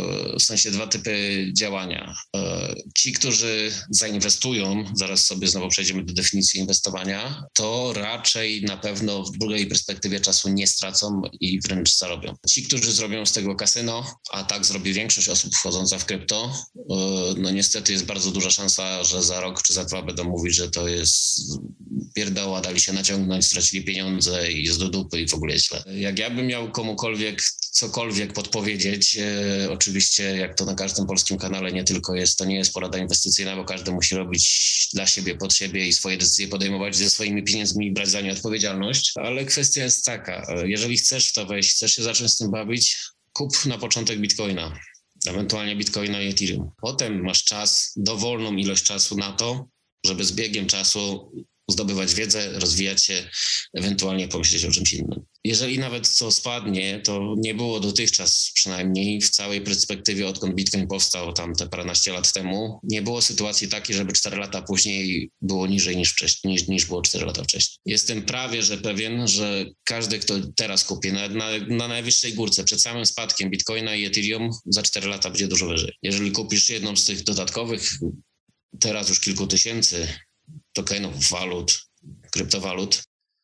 w sensie dwa typy działania. Ci, którzy zainwestują, zaraz sobie znowu przejdziemy do definicji inwestowania, to raczej na pewno w długiej perspektywie czasu nie stracą i wręcz zarobią. Ci, którzy zrobią z tego kasyno, a tak zrobi większość osób wchodząca w krypto, no niestety jest bardzo duża szansa, że za rok czy za dwa będą mówić, że to jest pierdoła, dali się naciągnąć, stracili pieniądze i jest do dupy i w ogóle źle. Jak ja bym miał komukolwiek cokolwiek podpowiedzieć, e, oczywiście jak to na każdym polskim kanale nie tylko jest, to nie jest porada inwestycyjna, bo każdy musi robić dla siebie, pod siebie i swoje decyzje podejmować ze swoimi pieniędzmi i brać za nie odpowiedzialność, ale kwestia jest taka, jeżeli chcesz w to wejść, chcesz się zacząć z tym bawić, kup na początek Bitcoina, ewentualnie Bitcoina i Ethereum. Potem masz czas, dowolną ilość czasu na to, żeby z biegiem czasu zdobywać wiedzę, rozwijać się, ewentualnie pomyśleć o czymś innym. Jeżeli nawet co spadnie, to nie było dotychczas przynajmniej w całej perspektywie, odkąd Bitcoin powstał tam te paręnaście lat temu, nie było sytuacji takiej, żeby cztery lata później było niżej niż wcześniej, niż, niż było cztery lata wcześniej. Jestem prawie, że pewien, że każdy, kto teraz kupi na, na, na najwyższej górce, przed samym spadkiem Bitcoina i Ethereum, za cztery lata będzie dużo wyżej. Jeżeli kupisz jedną z tych dodatkowych, teraz już kilku tysięcy tokenów, walut, kryptowalut,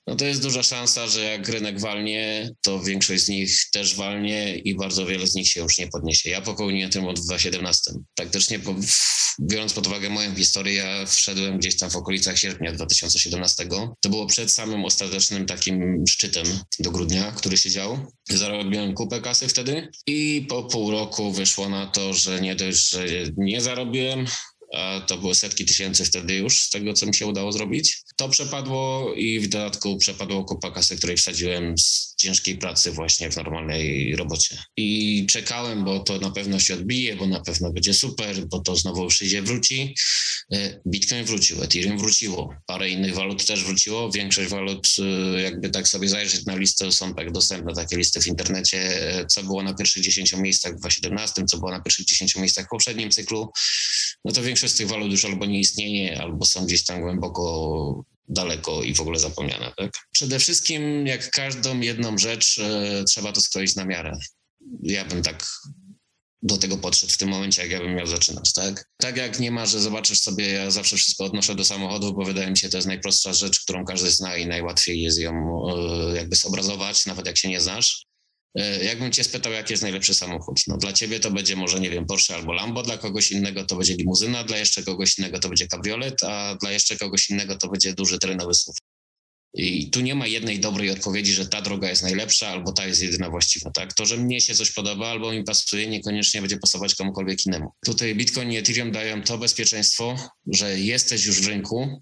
No to jest duża szansa, że jak rynek walnie, to większość z nich też walnie i bardzo wiele z nich się już nie podniesie. Ja popełniłem tym od dwa tysiące siedemnastym. Praktycznie po, biorąc pod uwagę moją historię, ja wszedłem gdzieś tam w okolicach sierpnia dwa tysiące siedemnastego. To było przed samym ostatecznym takim szczytem do grudnia, który się dział. Zarobiłem kupę kasy wtedy i po pół roku wyszło na to, że nie dość, że nie zarobiłem, a to były setki tysięcy wtedy już z tego, co mi się udało zrobić. To przepadło i w dodatku przepadło kupa kasy, której wsadziłem z ciężkiej pracy właśnie w normalnej robocie. I czekałem, bo to na pewno się odbije, bo na pewno będzie super, bo to znowu przyjdzie, wróci. Bitcoin wrócił, Ethereum wróciło, parę innych walut też wróciło. Większość walut, jakby tak sobie zajrzeć na listę, są tak dostępne takie listy w internecie, co było na pierwszych dziesięciu miejscach w dwa tysiące siedemnastym, co było na pierwszych dziesięciu miejscach w poprzednim cyklu. No to większość z tych walut już albo nie istnieje, albo są gdzieś tam głęboko, daleko i w ogóle zapomniane, tak? Przede wszystkim, jak każdą jedną rzecz, e, trzeba to skroić na miarę. Ja bym tak do tego podszedł w tym momencie, jak ja bym miał zaczynać, tak? Tak jak nie ma, że zobaczysz sobie, ja zawsze wszystko odnoszę do samochodów, bo wydaje mi się, to jest najprostsza rzecz, którą każdy zna i najłatwiej jest ją e, jakby zobrazować, nawet jak się nie znasz. Jakbym cię spytał, jaki jest najlepszy samochód? No dla ciebie to będzie może, nie wiem, Porsche albo Lambo, dla kogoś innego to będzie limuzyna, dla jeszcze kogoś innego to będzie kabriolet, a dla jeszcze kogoś innego to będzie duży terenowy S U V. I tu nie ma jednej dobrej odpowiedzi, że ta droga jest najlepsza albo ta jest jedyna właściwa, tak? To, że mnie się coś podoba albo mi pasuje, niekoniecznie będzie pasować komukolwiek innemu. Tutaj Bitcoin i Ethereum dają to bezpieczeństwo, że jesteś już w rynku,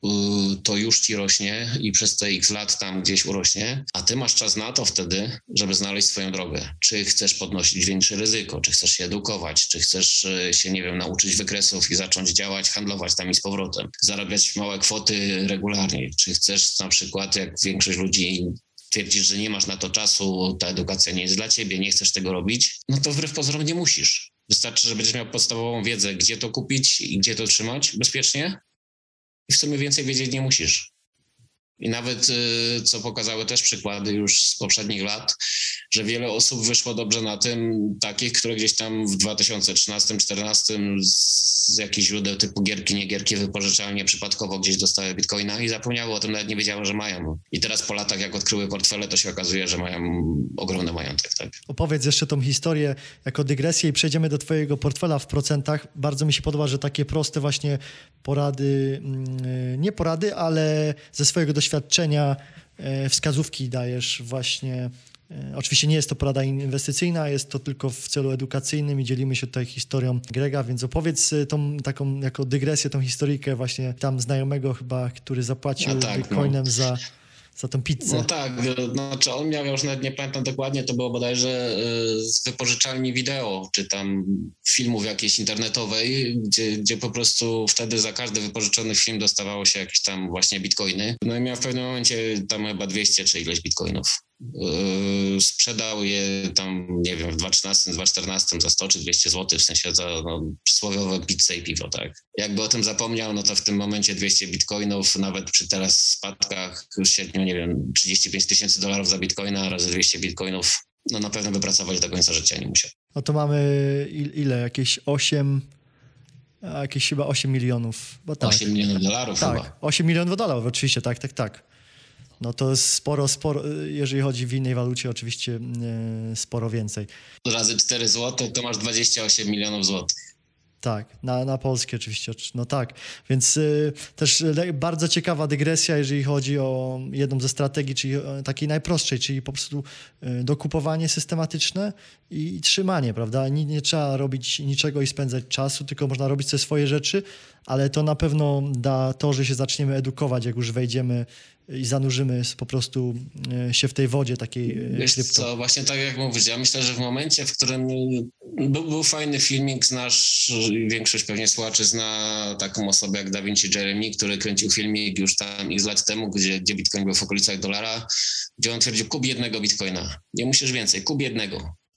to już ci rośnie i przez te x lat tam gdzieś urośnie, a ty masz czas na to wtedy, żeby znaleźć swoją drogę. Czy chcesz podnosić większe ryzyko, czy chcesz się edukować, czy chcesz się, nie wiem, nauczyć wykresów i zacząć działać, handlować tam i z powrotem, zarabiać małe kwoty regularnie, czy chcesz na przykład, jak większość ludzi twierdzisz, że nie masz na to czasu, ta edukacja nie jest dla ciebie, nie chcesz tego robić, no to wbrew pozorom nie musisz. Wystarczy, że będziesz miał podstawową wiedzę, gdzie to kupić i gdzie to trzymać bezpiecznie, i w sumie więcej wiedzieć nie musisz. I nawet, co pokazały też przykłady już z poprzednich lat, że wiele osób wyszło dobrze na tym, takich, które gdzieś tam w dwa tysiące trzynastym czternastym z jakichś źródeł typu gierki, nie gierki, wypożyczalnie przypadkowo gdzieś dostały bitcoina i zapomniały o tym, nawet nie wiedziały, że mają. I teraz po latach, jak odkryły portfele, to się okazuje, że mają ogromny majątek. Tak? Opowiedz jeszcze tą historię jako dygresję i przejdziemy do twojego portfela w procentach. Bardzo mi się podoba, że takie proste właśnie porady, nie porady, ale ze swojego doświadczenia wskazówki dajesz właśnie. Oczywiście nie jest to porada inwestycyjna, jest to tylko w celu edukacyjnym i dzielimy się tutaj historią Grega, więc opowiedz tą taką jako dygresję, tą historyjkę właśnie tam znajomego chyba, który zapłacił no tak, bitcoinem no. za, za tą pizzę. No tak, znaczy on miał, ja już nawet nie pamiętam dokładnie, to było bodajże z wypożyczalni wideo, czy tam filmów jakiejś internetowej, gdzie, gdzie po prostu wtedy za każdy wypożyczony film dostawało się jakieś tam właśnie bitcoiny. No i miał w pewnym momencie tam chyba dwieście czy ileś bitcoinów. Yy, sprzedał je tam, nie wiem, w dwa tysiące trzynastym, dwa tysiące czternastym za sto czy dwieście złotych, w sensie za no, przysłowiowe pizzę i piwo, tak. Jakby o tym zapomniał, no to w tym momencie dwieście bitcoinów, nawet przy teraz spadkach średnio, nie wiem, trzydzieści pięć tysięcy dolarów za bitcoina razy dwieście bitcoinów, no na pewno by pracować do końca życia nie musiał. No to mamy ile? Jakieś osiem, jakieś chyba osiem milionów. Bo tak. osiem milionów dolarów tak, chyba. osiem milionów dolarów, oczywiście, tak, tak, tak. No to jest sporo, sporo, jeżeli chodzi w innej walucie, oczywiście e, sporo więcej. Razy cztery złote to masz dwadzieścia osiem milionów złotych. Tak, na, na polskie oczywiście, no tak. Więc y, też y, bardzo ciekawa dygresja, jeżeli chodzi o jedną ze strategii, czyli y, takiej najprostszej, czyli po prostu y, dokupowanie systematyczne i, i trzymanie, prawda? Nie, nie trzeba robić niczego i spędzać czasu, tylko można robić sobie swoje rzeczy, ale to na pewno da to, że się zaczniemy edukować, jak już wejdziemy i zanurzymy po prostu się w tej wodzie takiej Wiesz krypto. co, właśnie tak jak mówisz, ja myślę, że w momencie, w którym był, był fajny filmik, znasz, większość pewnie słuchaczy zna taką osobę jak Da Vinci Jeremy, który kręcił filmik już tam x lat temu, gdzie, gdzie bitcoin był w okolicach dolara, gdzie on twierdził, kup jednego bitcoina, nie musisz więcej, kup jednego.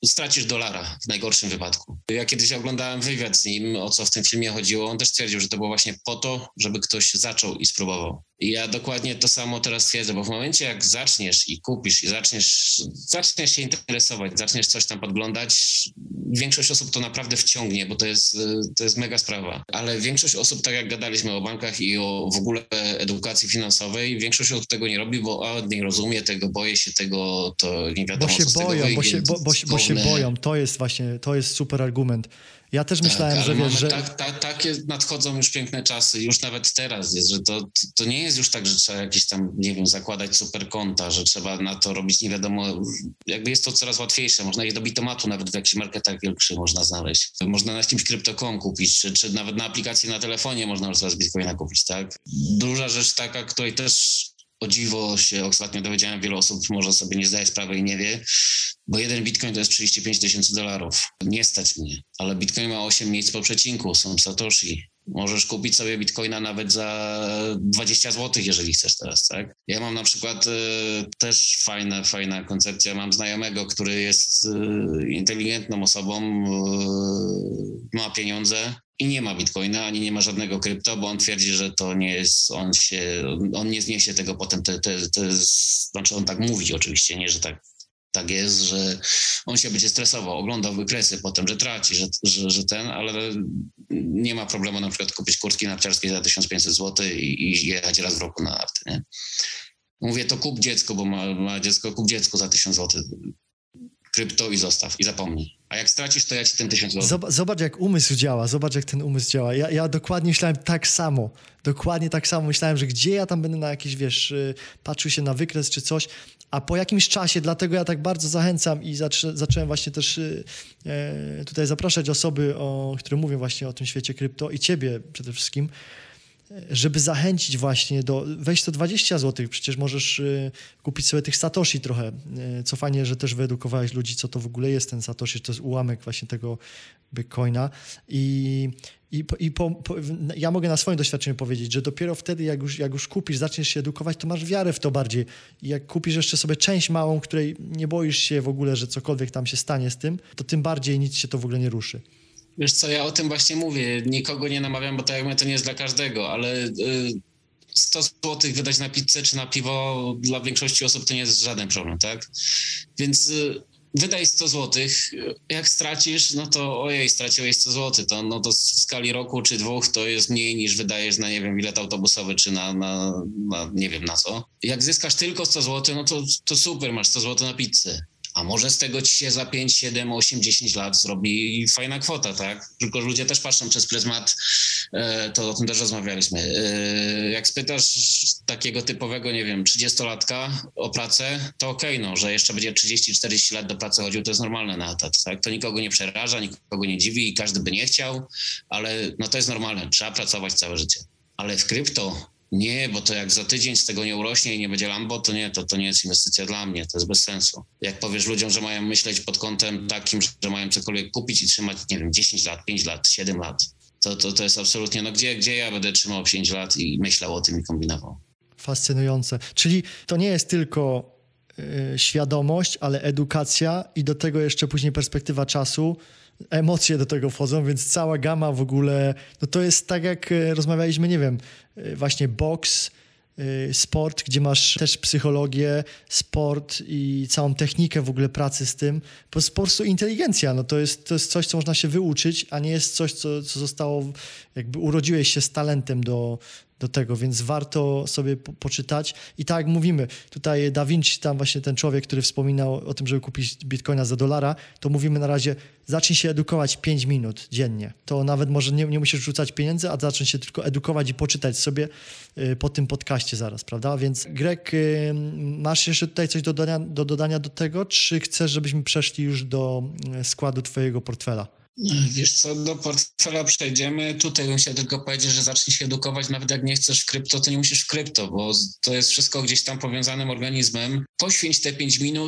stracisz dolara w najgorszym wypadku. Ja kiedyś oglądałem wywiad z nim, o co w tym filmie chodziło. On też stwierdził, że to było właśnie po to, żeby ktoś zaczął i spróbował. I ja dokładnie to samo teraz twierdzę, bo w momencie jak zaczniesz i kupisz i zaczniesz, zaczniesz się interesować, zaczniesz coś tam podglądać, większość osób to naprawdę wciągnie, bo to jest, to jest mega sprawa. Ale większość osób, tak jak gadaliśmy o bankach i o w ogóle edukacji finansowej, większość osób tego nie robi, bo a, nie rozumie tego, boję się tego, to nie wiadomo, bo się co z boją, tego wyjdzie. Bo się, bo, bo, bo się boją, to jest właśnie, to jest super argument. Ja też myślałem, tak, że wiesz, że... Tak, tak, takie nadchodzą już piękne czasy, już nawet teraz jest, że to, to nie jest już tak, że trzeba jakieś tam, nie wiem, zakładać super konta, że trzeba na to robić nie wiadomo, jakby jest to coraz łatwiejsze, można je do bitomatu nawet w jakichś marketach większych można znaleźć. Można na jakimś krypto kropka com kupić, czy, czy nawet na aplikacji na telefonie można już zaraz bitcoina kupić, tak? Duża rzecz taka, której też o dziwo się ostatnio dowiedziałem, wiele osób może sobie nie zdaje sprawy i nie wie, bo jeden bitcoin to jest trzydzieści pięć tysięcy dolarów. Nie stać mnie, ale bitcoin ma osiem miejsc po przecinku, są satoshi. Możesz kupić sobie bitcoina nawet za dwadzieścia złotych, jeżeli chcesz teraz, tak? Ja mam na przykład y, też fajna, fajna koncepcja. Mam znajomego, który jest y, inteligentną osobą, y, ma pieniądze i nie ma bitcoina, ani nie ma żadnego krypto, bo on twierdzi, że to nie jest, on się, on nie zniesie tego potem, te, te, te, znaczy on tak mówi oczywiście, nie, że tak tak jest, że on się będzie stresował, oglądał wykresy potem, że traci, że, że, że ten, ale nie ma problemu na przykład kupić kurtki narciarskie za tysiąc pięćset złotych i, i jechać raz w roku na narty, nie? Mówię, to kup dziecko, bo ma, ma dziecko, kup dziecko za tysiąc złotych. Krypto i zostaw i zapomnij. A jak stracisz, to ja ci ten tysiąc złotych. Zobacz, zobacz, jak umysł działa, zobacz, jak ten umysł działa. Ja, ja dokładnie myślałem tak samo. Dokładnie tak samo myślałem, że gdzie ja tam będę na jakiś, wiesz, patrzył się na wykres czy coś, a po jakimś czasie, dlatego ja tak bardzo zachęcam i zaczę, zacząłem właśnie też e, tutaj zapraszać osoby, o, które mówią właśnie o tym świecie krypto i ciebie przede wszystkim, żeby zachęcić właśnie do, weź to dwadzieścia złotych, przecież możesz y, kupić sobie tych satoshi trochę, y, co fajnie, że też wyedukowałeś ludzi, co to w ogóle jest ten satoshi, to jest ułamek właśnie tego bitcoina i, i, i po, po, ja mogę na swoim doświadczeniu powiedzieć, że dopiero wtedy, jak już, jak już kupisz, zaczniesz się edukować, to masz wiarę w to bardziej i jak kupisz jeszcze sobie część małą, której nie boisz się w ogóle, że cokolwiek tam się stanie z tym, to tym bardziej nic się to w ogóle nie ruszy. Wiesz co, ja o tym właśnie mówię. Nikogo nie namawiam, bo tak jak mówię, to nie jest dla każdego, ale sto złotych wydać na pizzę czy na piwo dla większości osób to nie jest żaden problem, tak? Więc wydaj sto złotych. Jak stracisz, no to ojej, straciłeś sto złotych. To, no to w skali roku czy dwóch to jest mniej niż wydajesz na, nie wiem, bilet autobusowy czy na, na, na nie wiem na co. Jak zyskasz tylko sto złotych, no to, to super, masz sto złotych na pizzę. A może z tego ci się za pięć, siedem, osiem, dziesięć lat zrobi fajna kwota, tak? Tylko ludzie też patrzą przez pryzmat, to o tym też rozmawialiśmy. Jak spytasz takiego typowego, nie wiem, trzydziestolatka o pracę, to okej, okay, no, że jeszcze będzie trzydzieści czterdzieści lat do pracy chodził, to jest normalne na etat, tak? To nikogo nie przeraża, nikogo nie dziwi i każdy by nie chciał, ale no to jest normalne, trzeba pracować całe życie. Ale w krypto nie, bo to jak za tydzień z tego nie urośnie i nie będzie Lambo, to nie, to, to nie jest inwestycja dla mnie, to jest bez sensu. Jak powiesz ludziom, że mają myśleć pod kątem takim, że mają cokolwiek kupić i trzymać, nie wiem, dziesięć lat, pięć lat, siedem lat, to, to, to jest absolutnie, no gdzie, gdzie ja będę trzymał pięć lat i myślał o tym i kombinował. Fascynujące. Czyli to nie jest tylko y, świadomość, ale edukacja i do tego jeszcze później perspektywa czasu, emocje do tego wchodzą, więc cała gama w ogóle, no to jest tak jak rozmawialiśmy, nie wiem, właśnie boks, sport, gdzie masz też psychologię, sport i całą technikę w ogóle pracy z tym. Po prostu inteligencja, no to jest, to jest coś, co można się wyuczyć, a nie jest coś, co, co zostało, jakby urodziłeś się z talentem do, do tego, więc warto sobie po, poczytać. I tak jak mówimy, tutaj Da Vinci, tam właśnie ten człowiek, który wspominał o tym, żeby kupić bitcoina za dolara, to mówimy na razie, zacznij się edukować pięć minut dziennie. To nawet może nie, nie musisz rzucać pieniędzy, a zacznij się tylko edukować i poczytać sobie y, po tym podcaście zaraz, prawda? Więc Greg, y, masz jeszcze tutaj coś do dodania, do dodania do tego, czy chcesz, żebyśmy przeszli już do y, składu twojego portfela? Wiesz co, do portfela przejdziemy. Tutaj bym chciał tylko powiedzieć, że zacznij się edukować, nawet jak nie chcesz w krypto, to nie musisz w krypto, bo to jest wszystko gdzieś tam powiązanym organizmem. Poświęć te pięć minut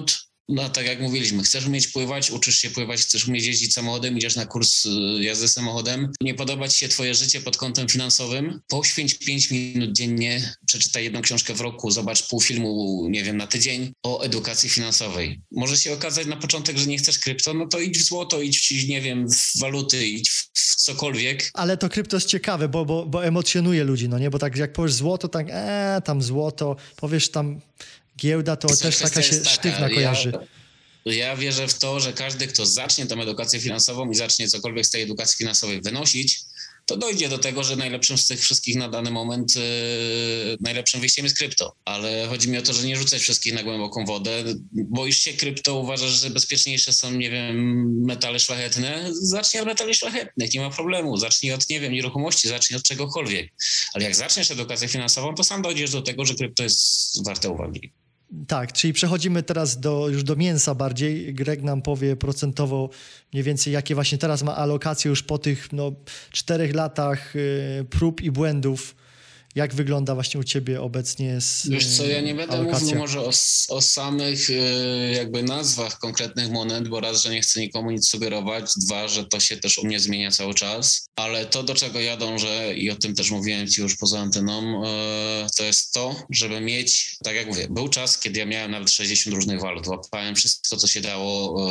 No tak jak mówiliśmy, chcesz umieć pływać, uczysz się pływać, chcesz umieć jeździć samochodem, idziesz na kurs jazdy samochodem, nie podoba ci się twoje życie pod kątem finansowym, poświęć pięć minut dziennie, przeczytaj jedną książkę w roku, zobacz pół filmu, nie wiem, na tydzień o edukacji finansowej. Może się okazać na początek, że nie chcesz krypto, no to idź w złoto, idź w, nie wiem, w waluty, idź w cokolwiek. Ale to krypto jest ciekawe, bo, bo, bo emocjonuje ludzi, no nie? Bo tak jak powiesz złoto, tak eee, tam złoto, powiesz tam giełda, to też taka się taka, sztywna kojarzy. Ja, ja wierzę w to, że każdy, kto zacznie tą edukację finansową i zacznie cokolwiek z tej edukacji finansowej wynosić, to dojdzie do tego, że najlepszym z tych wszystkich na dany moment, yy, najlepszym wyjściem jest krypto. Ale chodzi mi o to, że nie rzucać wszystkich na głęboką wodę. Boisz się krypto, uważasz, że bezpieczniejsze są, nie wiem, metale szlachetne? Zacznij od metali szlachetnych, nie ma problemu. Zacznij od, nie wiem, nieruchomości, zacznij od czegokolwiek. Ale jak zaczniesz edukację finansową, to sam dojdziesz do tego, że krypto jest warte uwagi. Tak, czyli przechodzimy teraz do, już do mięsa bardziej. Greg nam powie procentowo mniej więcej, jakie właśnie teraz ma alokacje już po tych no, czterech latach y, prób i błędów. Jak wygląda właśnie u ciebie obecnie z Wiesz co, ja nie będę alokacja? mówił może o, o samych jakby nazwach konkretnych monet, bo raz, że nie chcę nikomu nic sugerować, dwa, że to się też u mnie zmienia cały czas, ale to, do czego ja dążę i o tym też mówiłem ci już poza anteną, to jest to, żeby mieć, tak jak mówię, był czas, kiedy ja miałem nawet sześćdziesiąt różnych walut, łapałem wszystko, co się dało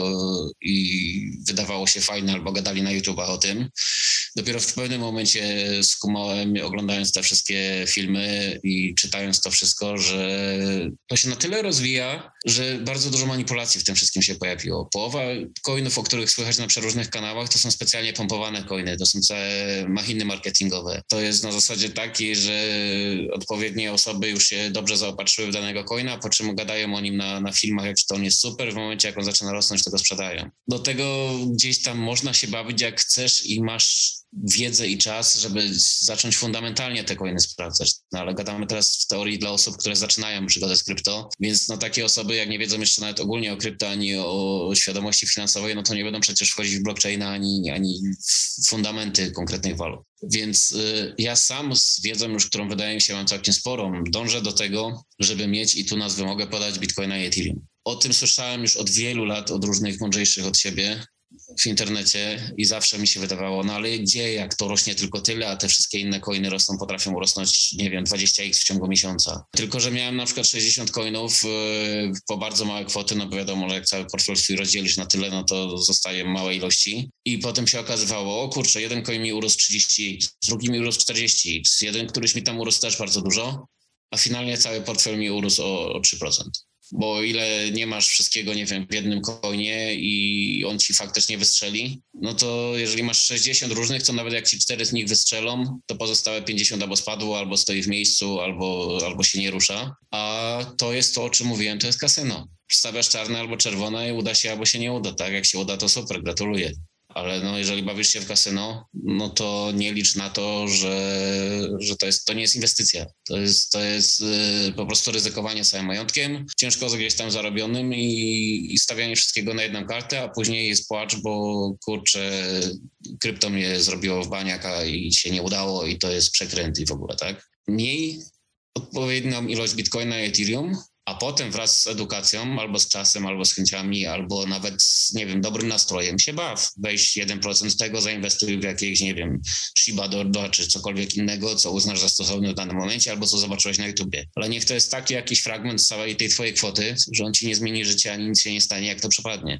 i wydawało się fajne, albo gadali na YouTubach o tym. Dopiero w pewnym momencie skumałem, oglądając te wszystkie filmy i czytając to wszystko, że to się na tyle rozwija, że bardzo dużo manipulacji w tym wszystkim się pojawiło. Połowa coinów, o których słychać na przeróżnych kanałach, to są specjalnie pompowane coiny, to są całe machiny marketingowe. To jest na zasadzie takiej, że odpowiednie osoby już się dobrze zaopatrzyły w danego coina, po czym gadają o nim na, na filmach, jak to on jest super, w momencie jak on zaczyna rosnąć, to go sprzedają. Do tego gdzieś tam można się bawić jak chcesz i masz wiedzę i czas, żeby zacząć fundamentalnie te coiny sprawdzać. No ale gadamy teraz w teorii dla osób, które zaczynają przygodę z krypto, więc no takie osoby, jak nie wiedzą jeszcze nawet ogólnie o krypto, ani o świadomości finansowej, no to nie będą przecież wchodzić w blockchaina, ani, ani w fundamenty konkretnych walut. Więc y, ja sam z wiedzą już, którą wydaje mi się mam całkiem sporą, dążę do tego, żeby mieć, i tu nazwę mogę podać, Bitcoina i Ethereum. O tym słyszałem już od wielu lat od różnych mądrzejszych od siebie w internecie i zawsze mi się wydawało, no ale gdzie, jak to rośnie tylko tyle, a te wszystkie inne coiny rosną, potrafią urosnąć, nie wiem, dwadzieścia iks w ciągu miesiąca. Tylko że miałem na przykład sześćdziesiąt coinów yy, po bardzo małe kwoty, no bo wiadomo, że jak cały portfel swój rozdzielisz na tyle, no to zostaje małe ilości. I potem się okazywało, o kurczę, jeden coin mi urósł trzydzieści iks, drugi mi urósł czterdzieści iks, jeden któryś mi tam urósł też bardzo dużo, a finalnie cały portfel mi urósł o, o trzy procent. Bo o ile nie masz wszystkiego, nie wiem, w jednym coinie i on ci faktycznie wystrzeli, no to jeżeli masz sześćdziesiąt różnych, to nawet jak ci cztery z nich wystrzelą, to pozostałe pięćdziesiąt albo spadło, albo stoi w miejscu, albo, albo się nie rusza. A to jest to, o czym mówiłem, to jest kasyno. Stawiasz czarne albo czerwone i uda się albo się nie uda, tak? Jak się uda, to super, gratuluję. Ale no, jeżeli bawisz się w kasyno, no to nie licz na to, że, że to, jest, to nie jest inwestycja. To jest, to jest yy, po prostu ryzykowanie całym majątkiem, ciężko gdzieś tam zarobionym i, i stawianie wszystkiego na jedną kartę, a później jest płacz, bo kurczę, krypto mnie zrobiło w baniaka i się nie udało i to jest przekręt i w ogóle, tak? Miej odpowiednią ilość Bitcoina i Ethereum, a potem wraz z edukacją, albo z czasem, albo z chęciami, albo nawet z, nie wiem, dobrym nastrojem się baw. Weź jeden procent tego, zainwestuj w jakieś, nie wiem, Shiba Inu, czy cokolwiek innego, co uznasz za stosowne w danym momencie, albo co zobaczyłeś na YouTubie. Ale niech to jest taki jakiś fragment z całej tej twojej kwoty, że on ci nie zmieni życia, ani nic się nie stanie, jak to przepadnie.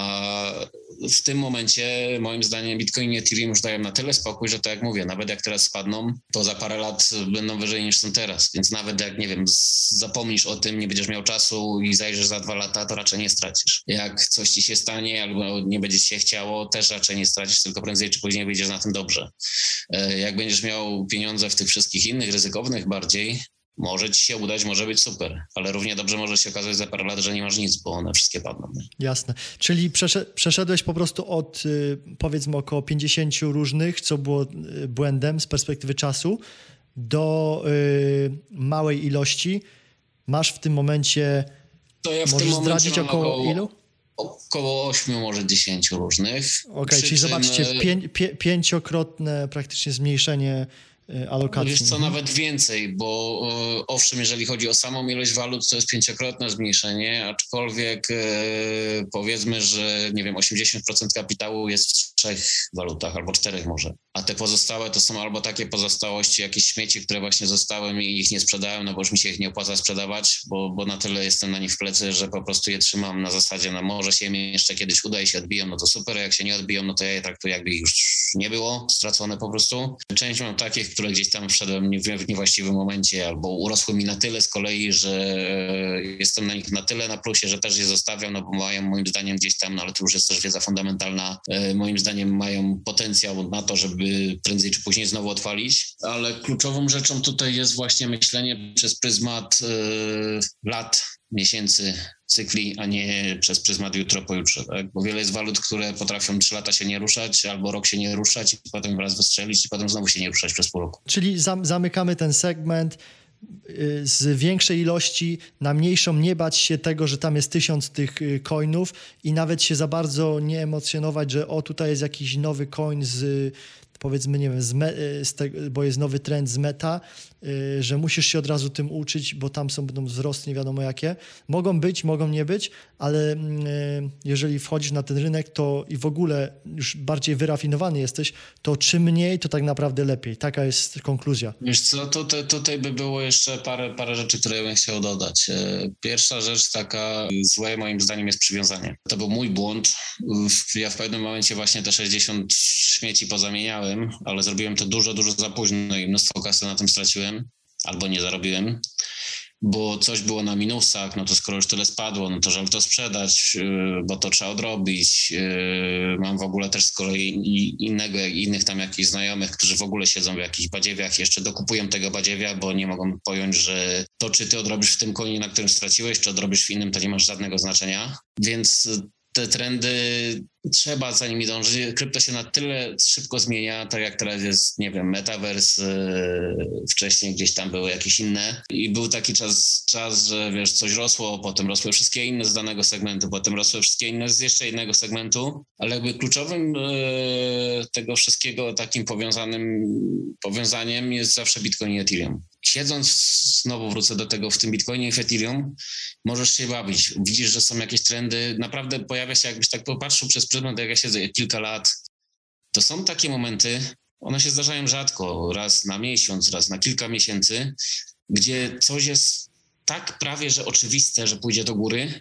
A w tym momencie, moim zdaniem, Bitcoin i Ethereum już dają na tyle spokój, że to jak mówię, nawet jak teraz spadną, to za parę lat będą wyżej niż są teraz. Więc nawet jak, nie wiem, zapomnisz o tym, nie będziesz miał czasu i zajrzysz za dwa lata, to raczej nie stracisz. Jak coś ci się stanie albo nie będzie ci się chciało, też raczej nie stracisz, tylko prędzej czy później wyjdziesz na tym dobrze. Jak będziesz miał pieniądze w tych wszystkich innych, ryzykownych bardziej, może ci się udać, może być super, ale równie dobrze może się okazać za parę lat, że nie masz nic, bo one wszystkie padną. Jasne. Czyli przeszedłeś po prostu od, powiedzmy, około pięćdziesięciu różnych, co było błędem z perspektywy czasu, do y, małej ilości. Masz w tym momencie, to ja w możesz tym zdradzić około, około ilu? Około ośmiu, może dziesięciu różnych. Okej, okay, czyli zobaczcie, pię, pię, pięciokrotne praktycznie zmniejszenie alokacji. Wiesz co, nawet więcej, bo e, owszem, jeżeli chodzi o samą ilość walut, to jest pięciokrotne zmniejszenie, aczkolwiek e, powiedzmy, że nie wiem, osiemdziesiąt procent kapitału jest w trzech walutach albo czterech może, a te pozostałe to są albo takie pozostałości, jakieś śmieci, które właśnie zostały i ich nie sprzedałem, no bo już mi się ich nie opłaca sprzedawać, bo, bo na tyle jestem na nich w plecy, że po prostu je trzymam na zasadzie, no może się mi jeszcze kiedyś uda i się odbiją, no to super, a jak się nie odbiją, no to ja je traktuję jakby ich już nie było, stracone po prostu. Część mam takich, które gdzieś tam wszedłem w niewłaściwym momencie albo urosły mi na tyle z kolei, że jestem na nich na tyle na plusie, że też je zostawiam, no bo mają moim zdaniem gdzieś tam, no ale to już jest też wiedza fundamentalna, moim zdaniem mają potencjał na to, żeby prędzej czy później znowu odwalić, ale kluczową rzeczą tutaj jest właśnie myślenie przez pryzmat y, lat, miesięcy, cykli, a nie przez pryzmat jutro, pojutrze, tak? Bo wiele jest walut, które potrafią trzy lata się nie ruszać albo rok się nie ruszać i potem raz wystrzelić i potem znowu się nie ruszać przez pół roku. Czyli zam- zamykamy ten segment z większej ilości na mniejszą, nie bać się tego, że tam jest tysiąc tych coinów i nawet się za bardzo nie emocjonować, że o tutaj jest jakiś nowy coin z powiedzmy, nie wiem, z me, z te, bo jest nowy trend z meta, yy, że musisz się od razu tym uczyć, bo tam są będą wzrosty nie wiadomo jakie. Mogą być, mogą nie być, ale yy, jeżeli wchodzisz na ten rynek to i w ogóle już bardziej wyrafinowany jesteś, to czym mniej, to tak naprawdę lepiej. Taka jest konkluzja. Wiesz co, tutaj, tutaj by było jeszcze parę, parę rzeczy, które bym chciał dodać. Pierwsza rzecz taka złe moim zdaniem jest przywiązanie. To był mój błąd. Ja w pewnym momencie właśnie te sześćdziesiąt śmieci pozamieniałem, ale zrobiłem to dużo, dużo za późno i mnóstwo kasy na tym straciłem albo nie zarobiłem, bo coś było na minusach, no to skoro już tyle spadło, no to żal to sprzedać, bo to trzeba odrobić. Mam w ogóle też z kolei innego, innych tam jakichś znajomych, którzy w ogóle siedzą w jakichś badziewiach, jeszcze dokupują tego badziewia, bo nie mogą pojąć, że to, czy ty odrobisz w tym konie, na którym straciłeś, czy odrobisz w innym, to nie masz żadnego znaczenia, więc te trendy trzeba za nimi dążyć. Krypto się na tyle szybko zmienia, tak jak teraz jest, nie wiem, metaverse, yy, wcześniej gdzieś tam były jakieś inne i był taki czas, czas, że wiesz, coś rosło, potem rosły wszystkie inne z danego segmentu, potem rosły wszystkie inne z jeszcze innego segmentu, ale jakby kluczowym yy, tego wszystkiego takim powiązanym powiązaniem jest zawsze Bitcoin i Ethereum. Siedząc, znowu wrócę do tego, w tym Bitcoinie i w Ethereum, możesz się bawić. Widzisz, że są jakieś trendy, naprawdę pojawia się, jakbyś tak popatrzył przez pryzmat, jak ja siedzę kilka lat, to są takie momenty, one się zdarzają rzadko, raz na miesiąc, raz na kilka miesięcy, gdzie coś jest tak prawie, że oczywiste, że pójdzie do góry,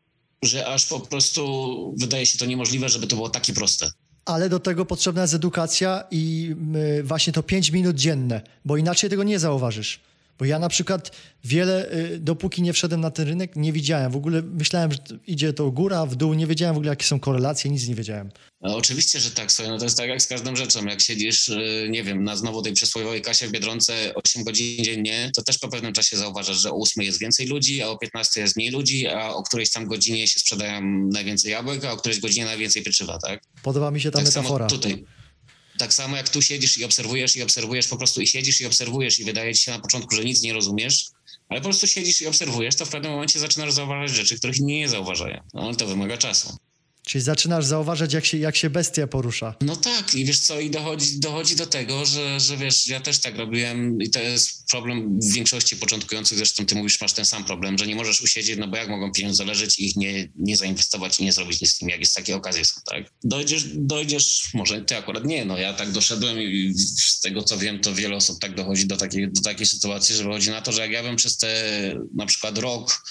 że aż po prostu wydaje się to niemożliwe, żeby to było takie proste. Ale do tego potrzebna jest edukacja i właśnie to pięć minut dzienne, bo inaczej tego nie zauważysz. Bo ja na przykład wiele, dopóki nie wszedłem na ten rynek, nie widziałem. W ogóle myślałem, że idzie to góra, w dół, nie wiedziałem w ogóle, jakie są korelacje, nic nie wiedziałem. No, oczywiście, że tak, słuchaj, no to jest tak jak z każdą rzeczą. Jak siedzisz, nie wiem, na znowu tej przysłowiowej kasie w Biedronce osiem godzin dziennie, to też po pewnym czasie zauważasz, że o ósmej jest więcej ludzi, a o piętnastej jest mniej ludzi, a o którejś tam godzinie się sprzedają najwięcej jabłek, a o którejś godzinie najwięcej pieczywa, tak? Podoba mi się ta tak metafora. Samo tutaj. Tak samo jak tu siedzisz i obserwujesz i obserwujesz po prostu i siedzisz i obserwujesz i wydaje ci się na początku, że nic nie rozumiesz, ale po prostu siedzisz i obserwujesz, to w pewnym momencie zaczynasz zauważać rzeczy, których nie zauważają. No ale to wymaga czasu. Czyli zaczynasz zauważać, jak się, jak się bestia porusza. No tak, i wiesz co, i dochodzi, dochodzi do tego, że, że wiesz, ja też tak robiłem i to jest problem w większości początkujących, zresztą ty mówisz, masz ten sam problem, że nie możesz usiedzieć, no bo jak mogą pieniądze leżeć i ich nie, nie zainwestować i nie zrobić nic z tym, jak jest takie okazje są, tak? Dojdziesz, dojdziesz, może ty akurat nie, no ja tak doszedłem i z tego co wiem, to wiele osób tak dochodzi do takiej, do takiej sytuacji, że wychodzi na to, że jak ja bym przez te na przykład rok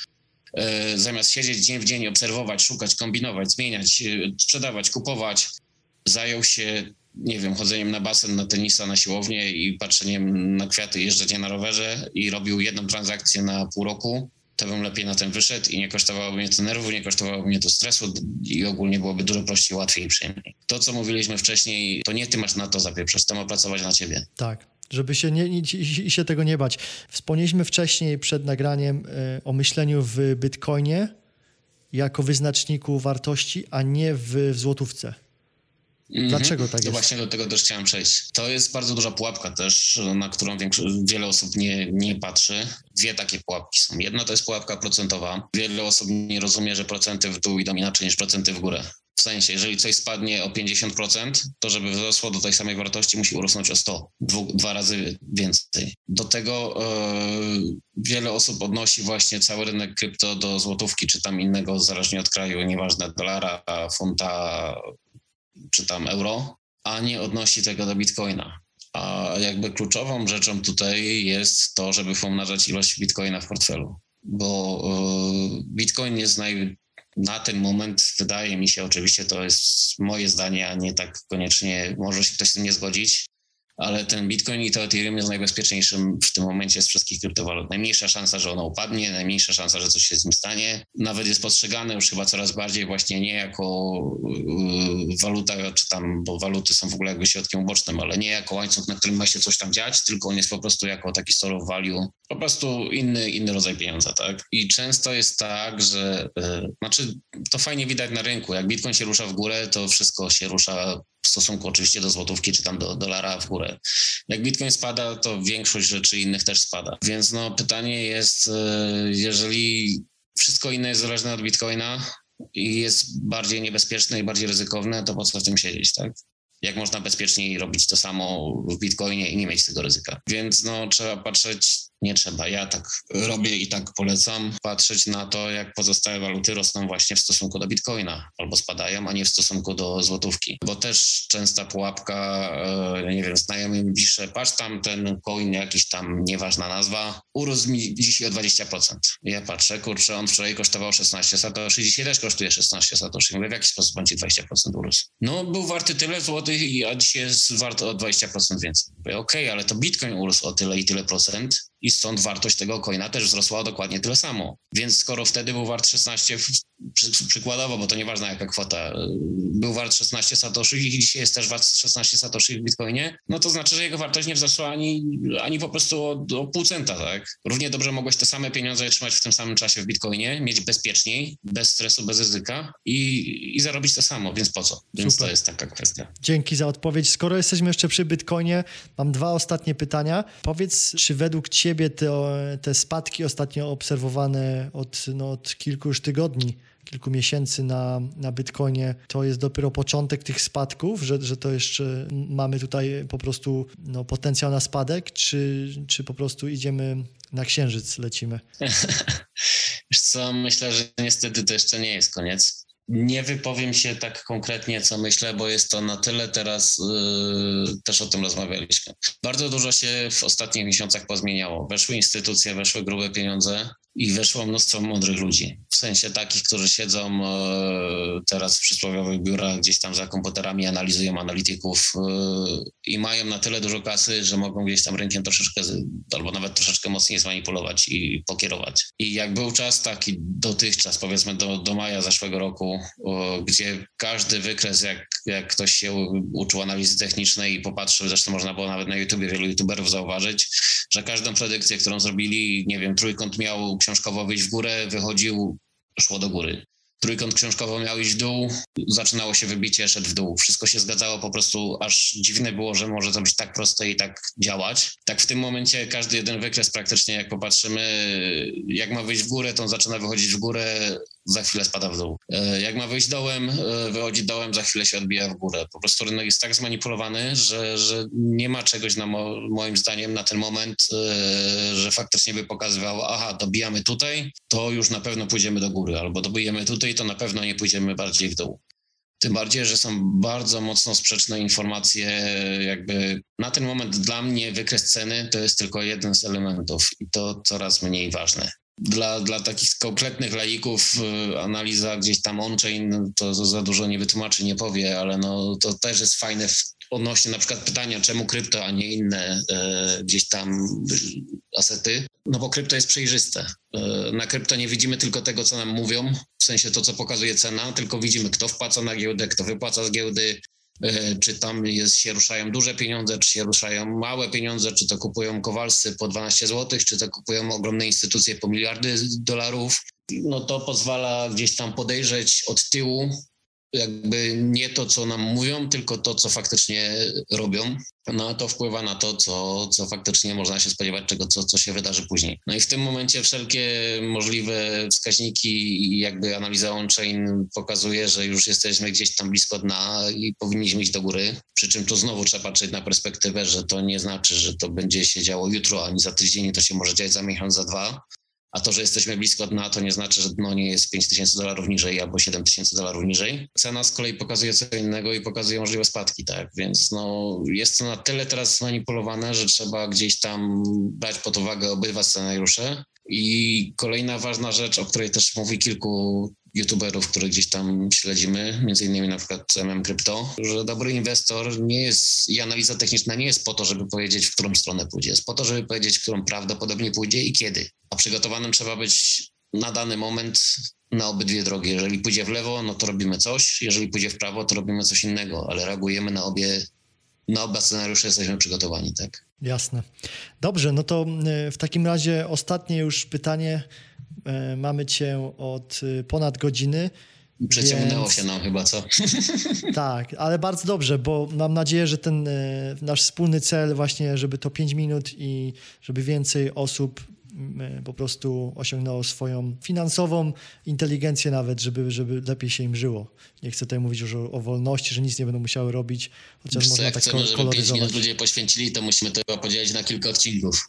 zamiast siedzieć dzień w dzień, obserwować, szukać, kombinować, zmieniać, sprzedawać, kupować, zajął się, nie wiem, chodzeniem na basen, na tenisa, na siłownię i patrzeniem na kwiaty, jeżdżeniem na rowerze i robił jedną transakcję na pół roku, to bym lepiej na tym wyszedł i nie kosztowałoby mnie to nerwów, nie kosztowałoby mnie to stresu i ogólnie byłoby dużo prościej, łatwiej i przyjemniej. To, co mówiliśmy wcześniej, to nie ty masz na to zapieprzać, to ma pracować na ciebie. Tak. Żeby się, nie, nie, i się tego nie bać. Wspomnieliśmy wcześniej przed nagraniem y, o myśleniu w Bitcoinie jako wyznaczniku wartości, a nie w, w złotówce. Mm-hmm. Dlaczego tak jest? To właśnie do tego też chciałem przejść. To jest bardzo duża pułapka też, na którą większość, wiele osób nie, nie patrzy. Dwie takie pułapki są. Jedna to jest pułapka procentowa. Wiele osób nie rozumie, że procenty w dół idą inaczej niż procenty w górę. W sensie, jeżeli coś spadnie o pięćdziesiąt procent, to żeby wzrosło do tej samej wartości, musi urosnąć o sto, dwu, dwa razy więcej. Do tego yy, wiele osób odnosi właśnie cały rynek krypto do złotówki, czy tam innego, zależnie od kraju, nieważne, dolara, funta, czy tam euro, a nie odnosi tego do bitcoina. A jakby kluczową rzeczą tutaj jest to, żeby pomnażać ilość bitcoina w portfelu, bo yy, bitcoin jest naj... na ten moment, wydaje mi się, oczywiście to jest moje zdanie, a nie tak koniecznie, może się ktoś z tym nie zgodzić, ale ten Bitcoin i to Ethereum jest najbezpieczniejszym w tym momencie z wszystkich kryptowalut. Najmniejsza szansa, że ono upadnie, najmniejsza szansa, że coś się z nim stanie. Nawet jest postrzegane już chyba coraz bardziej właśnie nie jako yy, waluta, czy tam, bo waluty są w ogóle jakby środkiem ubocznym, ale nie jako łańcuch, na którym ma się coś tam dziać, tylko on jest po prostu jako taki store of value, po prostu inny, inny rodzaj pieniądza, tak? I często jest tak, że, yy, znaczy to fajnie widać na rynku, jak Bitcoin się rusza w górę, to wszystko się rusza w stosunku oczywiście do złotówki czy tam do dolara w górę. Jak Bitcoin spada, to większość rzeczy innych też spada. Więc no pytanie jest, jeżeli wszystko inne jest zależne od Bitcoina i jest bardziej niebezpieczne i bardziej ryzykowne, to po co w tym siedzieć, tak? Jak można bezpieczniej robić to samo w Bitcoinie i nie mieć tego ryzyka. Więc no trzeba patrzeć, nie trzeba, ja tak robię i tak polecam, patrzeć na to, jak pozostałe waluty rosną właśnie w stosunku do Bitcoina albo spadają, a nie w stosunku do złotówki. Bo też częsta pułapka, e, nie wiem, znajomy mi pisze, patrz tam ten coin, jakiś tam nieważna nazwa, urósł mi dzisiaj o dwadzieścia procent. Ja patrzę, kurczę, on wczoraj kosztował szesnaście satoshi, dzisiaj też kosztuje szesnaście satoshi. Mówię, w jaki sposób on ci dwadzieścia procent urósł? No, był warty tyle złotych, a dzisiaj jest wart o dwadzieścia procent więcej. Mówię, okej, okay, ale to Bitcoin urósł o tyle i tyle procent, i stąd wartość tego coina też wzrosła o dokładnie tyle samo. Więc skoro wtedy był wart szesnaście, przy, przykładowo, bo to nieważne jaka kwota, był wart szesnaście satoshi i dzisiaj jest też wart szesnaście satoshi w Bitcoinie, no to znaczy, że jego wartość nie wzrosła ani, ani po prostu o, o pół centa, tak? Równie dobrze mogłeś te same pieniądze trzymać w tym samym czasie w Bitcoinie, mieć bezpieczniej, bez stresu, bez ryzyka i, i zarobić to samo, więc po co? Więc Super. To jest taka kwestia. Dzięki za odpowiedź. Skoro jesteśmy jeszcze przy Bitcoinie, mam dwa ostatnie pytania. Powiedz, czy według Ciebie Te, te spadki ostatnio obserwowane od, no, od kilku już tygodni, kilku miesięcy na, na Bitcoinie, to jest dopiero początek tych spadków, że, że to jeszcze mamy tutaj po prostu no, potencjał na spadek, czy, czy po prostu idziemy na księżyc, lecimy? Wiesz co, myślę, że niestety to jeszcze nie jest koniec. Nie wypowiem się tak konkretnie, co myślę, bo jest to na tyle teraz, yy, też o tym rozmawialiśmy. Bardzo dużo się w ostatnich miesiącach pozmieniało. Weszły instytucje, weszły grube pieniądze i weszło mnóstwo mądrych ludzi. W sensie takich, którzy siedzą yy, teraz w przysłowiowych biurach gdzieś tam za komputerami, analizują analityków yy, i mają na tyle dużo kasy, że mogą gdzieś tam rynkiem troszeczkę, albo nawet troszeczkę mocniej zmanipulować i pokierować. I jak był czas taki dotychczas, powiedzmy do, do maja zeszłego roku, gdzie każdy wykres, jak, jak ktoś się uczył analizy technicznej i popatrzył, zresztą można było nawet na YouTubie wielu youtuberów zauważyć, że każdą predykcję, którą zrobili, nie wiem, trójkąt miał książkowo wyjść w górę, wychodził, szło do góry. Trójkąt książkowo miał iść w dół, zaczynało się wybicie, szedł w dół. Wszystko się zgadzało po prostu, aż dziwne było, że może to być tak proste i tak działać. Tak w tym momencie każdy jeden wykres praktycznie, jak popatrzymy, jak ma wyjść w górę, to on zaczyna wychodzić w górę, za chwilę spada w dół. Jak ma wyjść dołem, wychodzi dołem, za chwilę się odbija w górę. Po prostu rynek jest tak zmanipulowany, że, że nie ma czegoś na mo- moim zdaniem na ten moment, że faktycznie by pokazywał, aha, dobijamy tutaj, to już na pewno pójdziemy do góry, albo dobijemy tutaj, to na pewno nie pójdziemy bardziej w dół. Tym bardziej, że są bardzo mocno sprzeczne informacje, jakby na ten moment dla mnie wykres ceny to jest tylko jeden z elementów i to coraz mniej ważne. Dla, dla takich kompletnych laików analiza gdzieś tam on-chain to za dużo nie wytłumaczy, nie powie, ale no to też jest fajne w, odnośnie na przykład pytania, czemu krypto, a nie inne e, gdzieś tam asety. No bo krypto jest przejrzyste. E, na krypto nie widzimy tylko tego, co nam mówią, w sensie to, co pokazuje cena, tylko widzimy, kto wpłaca na giełdę, kto wypłaca z giełdy, czy tam jest, się ruszają duże pieniądze, czy się ruszają małe pieniądze, czy to kupują Kowalscy po dwanaście złotych, czy to kupują ogromne instytucje po miliardy dolarów. No to pozwala gdzieś tam podejrzeć od tyłu, jakby nie to, co nam mówią, tylko to, co faktycznie robią. No a to wpływa na to, co, co faktycznie można się spodziewać, czego, co, co się wydarzy później. No i w tym momencie wszelkie możliwe wskaźniki i jakby analiza on-chain pokazuje, że już jesteśmy gdzieś tam blisko dna i powinniśmy iść do góry. Przy czym tu znowu trzeba patrzeć na perspektywę, że to nie znaczy, że to będzie się działo jutro, ani za tydzień, to się może dziać za miesiąc, za dwa. A to, że jesteśmy blisko dna, to nie znaczy, że dno nie jest pięć tysięcy dolarów niżej albo siedem tysięcy dolarów niżej. Cena z kolei pokazuje co innego i pokazuje możliwe spadki, tak? Więc no, jest to na tyle teraz zmanipulowane, że trzeba gdzieś tam brać pod uwagę obydwa scenariusze. I kolejna ważna rzecz, o której też mówi kilku youtuberów, których gdzieś tam śledzimy, między innymi na przykład M M Crypto, że dobry inwestor nie jest, i analiza techniczna nie jest po to, żeby powiedzieć, w którą stronę pójdzie, jest po to, żeby powiedzieć, w którą prawdopodobnie pójdzie i kiedy. A przygotowanym trzeba być na dany moment na obydwie drogi. Jeżeli pójdzie w lewo, no to robimy coś, jeżeli pójdzie w prawo, to robimy coś innego, ale reagujemy na obie, na oba scenariusze, jesteśmy przygotowani, tak? Jasne. Dobrze, no to w takim razie ostatnie już pytanie. Mamy cię od ponad godziny. Przeciągnęło więc... się nam chyba, co? Tak, ale bardzo dobrze, bo mam nadzieję, że ten nasz wspólny cel właśnie, żeby to pięć minut i żeby więcej osób po prostu osiągnęło swoją finansową inteligencję nawet, żeby, żeby lepiej się im żyło. Nie chcę tutaj mówić już o, o wolności, że nic nie będą musiały robić, chociaż Wiesz można co, jak tak chcemy, żeby koloryzować. pięć minut ludzie poświęcili, to musimy to podzielić na kilka odcinków.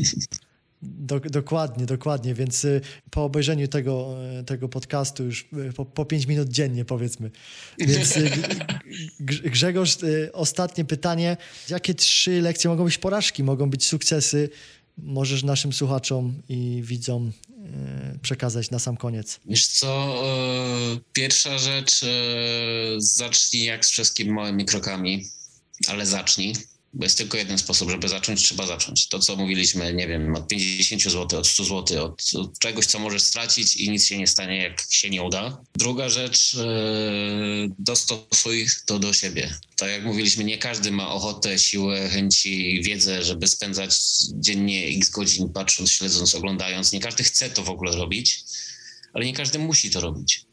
Do, dokładnie, dokładnie, więc y, po obejrzeniu tego, y, tego podcastu już y, po, po pięć minut dziennie powiedzmy. Więc y, G- Grzegorz, y, ostatnie pytanie. Jakie trzy lekcje mogą być porażki, mogą być sukcesy? Możesz naszym słuchaczom i widzom y, przekazać na sam koniec. Wiesz co, y, pierwsza rzecz, y, zacznij jak z wszystkimi małymi krokami, ale zacznij. Bo jest tylko jeden sposób, żeby zacząć, trzeba zacząć. To, co mówiliśmy, nie wiem, od pięćdziesiąt złotych, od stu złotych, od, od czegoś, co możesz stracić i nic się nie stanie, jak się nie uda. Druga rzecz, yy, dostosuj to do siebie. Tak jak mówiliśmy, nie każdy ma ochotę, siłę, chęci, wiedzę, żeby spędzać dziennie x godzin patrząc, śledząc, oglądając. Nie każdy chce to w ogóle robić, ale nie każdy musi to robić.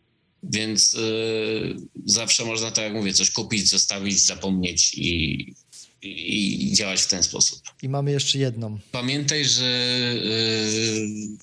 Więc yy, zawsze można, tak jak mówię, coś kupić, zostawić, zapomnieć i i działać w ten sposób. I mamy jeszcze jedną. Pamiętaj, że yy,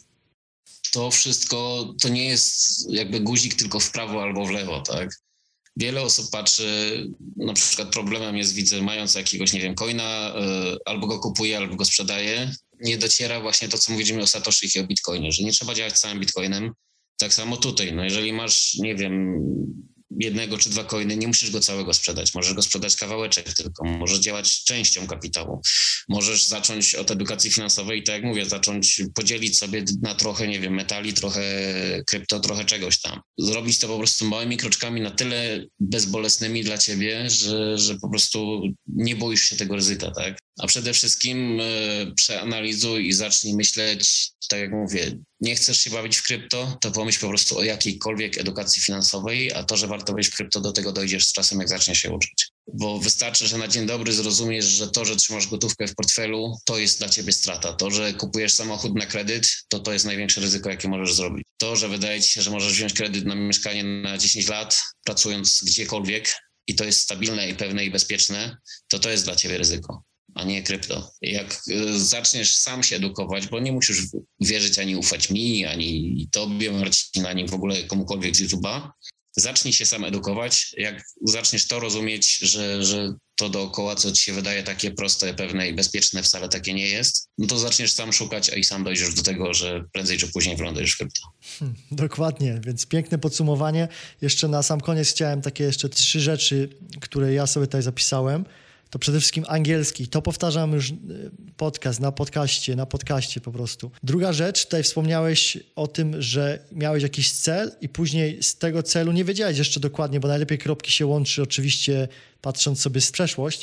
to wszystko to nie jest jakby guzik tylko w prawo albo w lewo, tak? Wiele osób patrzy, na przykład problemem jest, widzę, mając jakiegoś, nie wiem, coina, yy, albo go kupuje, albo go sprzedaje, nie dociera właśnie to, co mówiliśmy o Satoshi i o Bitcoinie, że nie trzeba działać całym Bitcoinem. Tak samo tutaj, no jeżeli masz, nie wiem, jednego czy dwa coiny, nie musisz go całego sprzedać. Możesz go sprzedać kawałeczek tylko. Możesz działać częścią kapitału. Możesz zacząć od edukacji finansowej i tak jak mówię, zacząć podzielić sobie na trochę, nie wiem, metali, trochę krypto, trochę czegoś tam. Zrobić to po prostu małymi kroczkami na tyle bezbolesnymi dla ciebie, że, że po prostu nie boisz się tego ryzyka, tak? A przede wszystkim e, przeanalizuj i zacznij myśleć, tak jak mówię, nie chcesz się bawić w krypto, to pomyśl po prostu o jakiejkolwiek edukacji finansowej, a to, że warto wejść w krypto, do tego dojdziesz z czasem, jak zaczniesz się uczyć. Bo wystarczy, że na dzień dobry zrozumiesz, że to, że trzymasz gotówkę w portfelu, to jest dla ciebie strata. To, że kupujesz samochód na kredyt, to to jest największe ryzyko, jakie możesz zrobić. To, że wydaje ci się, że możesz wziąć kredyt na mieszkanie na dziesięć lat, pracując gdziekolwiek i to jest stabilne i pewne i bezpieczne, to to jest dla ciebie ryzyko, a nie krypto. Jak zaczniesz sam się edukować, bo nie musisz wierzyć ani ufać mi, ani tobie, Marcin, ani w ogóle komukolwiek z YouTube'a, zacznij się sam edukować. Jak zaczniesz to rozumieć, że, że to dookoła, co ci się wydaje takie proste, pewne i bezpieczne, wcale takie nie jest, no to zaczniesz sam szukać, a i sam dojdziesz do tego, że prędzej czy później wylądujesz w krypto. Hmm, dokładnie, więc piękne podsumowanie. Jeszcze na sam koniec chciałem takie jeszcze trzy rzeczy, które ja sobie tutaj zapisałem. To przede wszystkim angielski. To powtarzam już podcast, na podcaście, na podcaście po prostu. Druga rzecz, tutaj wspomniałeś o tym, że miałeś jakiś cel i później z tego celu nie wiedziałeś jeszcze dokładnie, bo najlepiej kropki się łączy oczywiście patrząc sobie w przeszłość,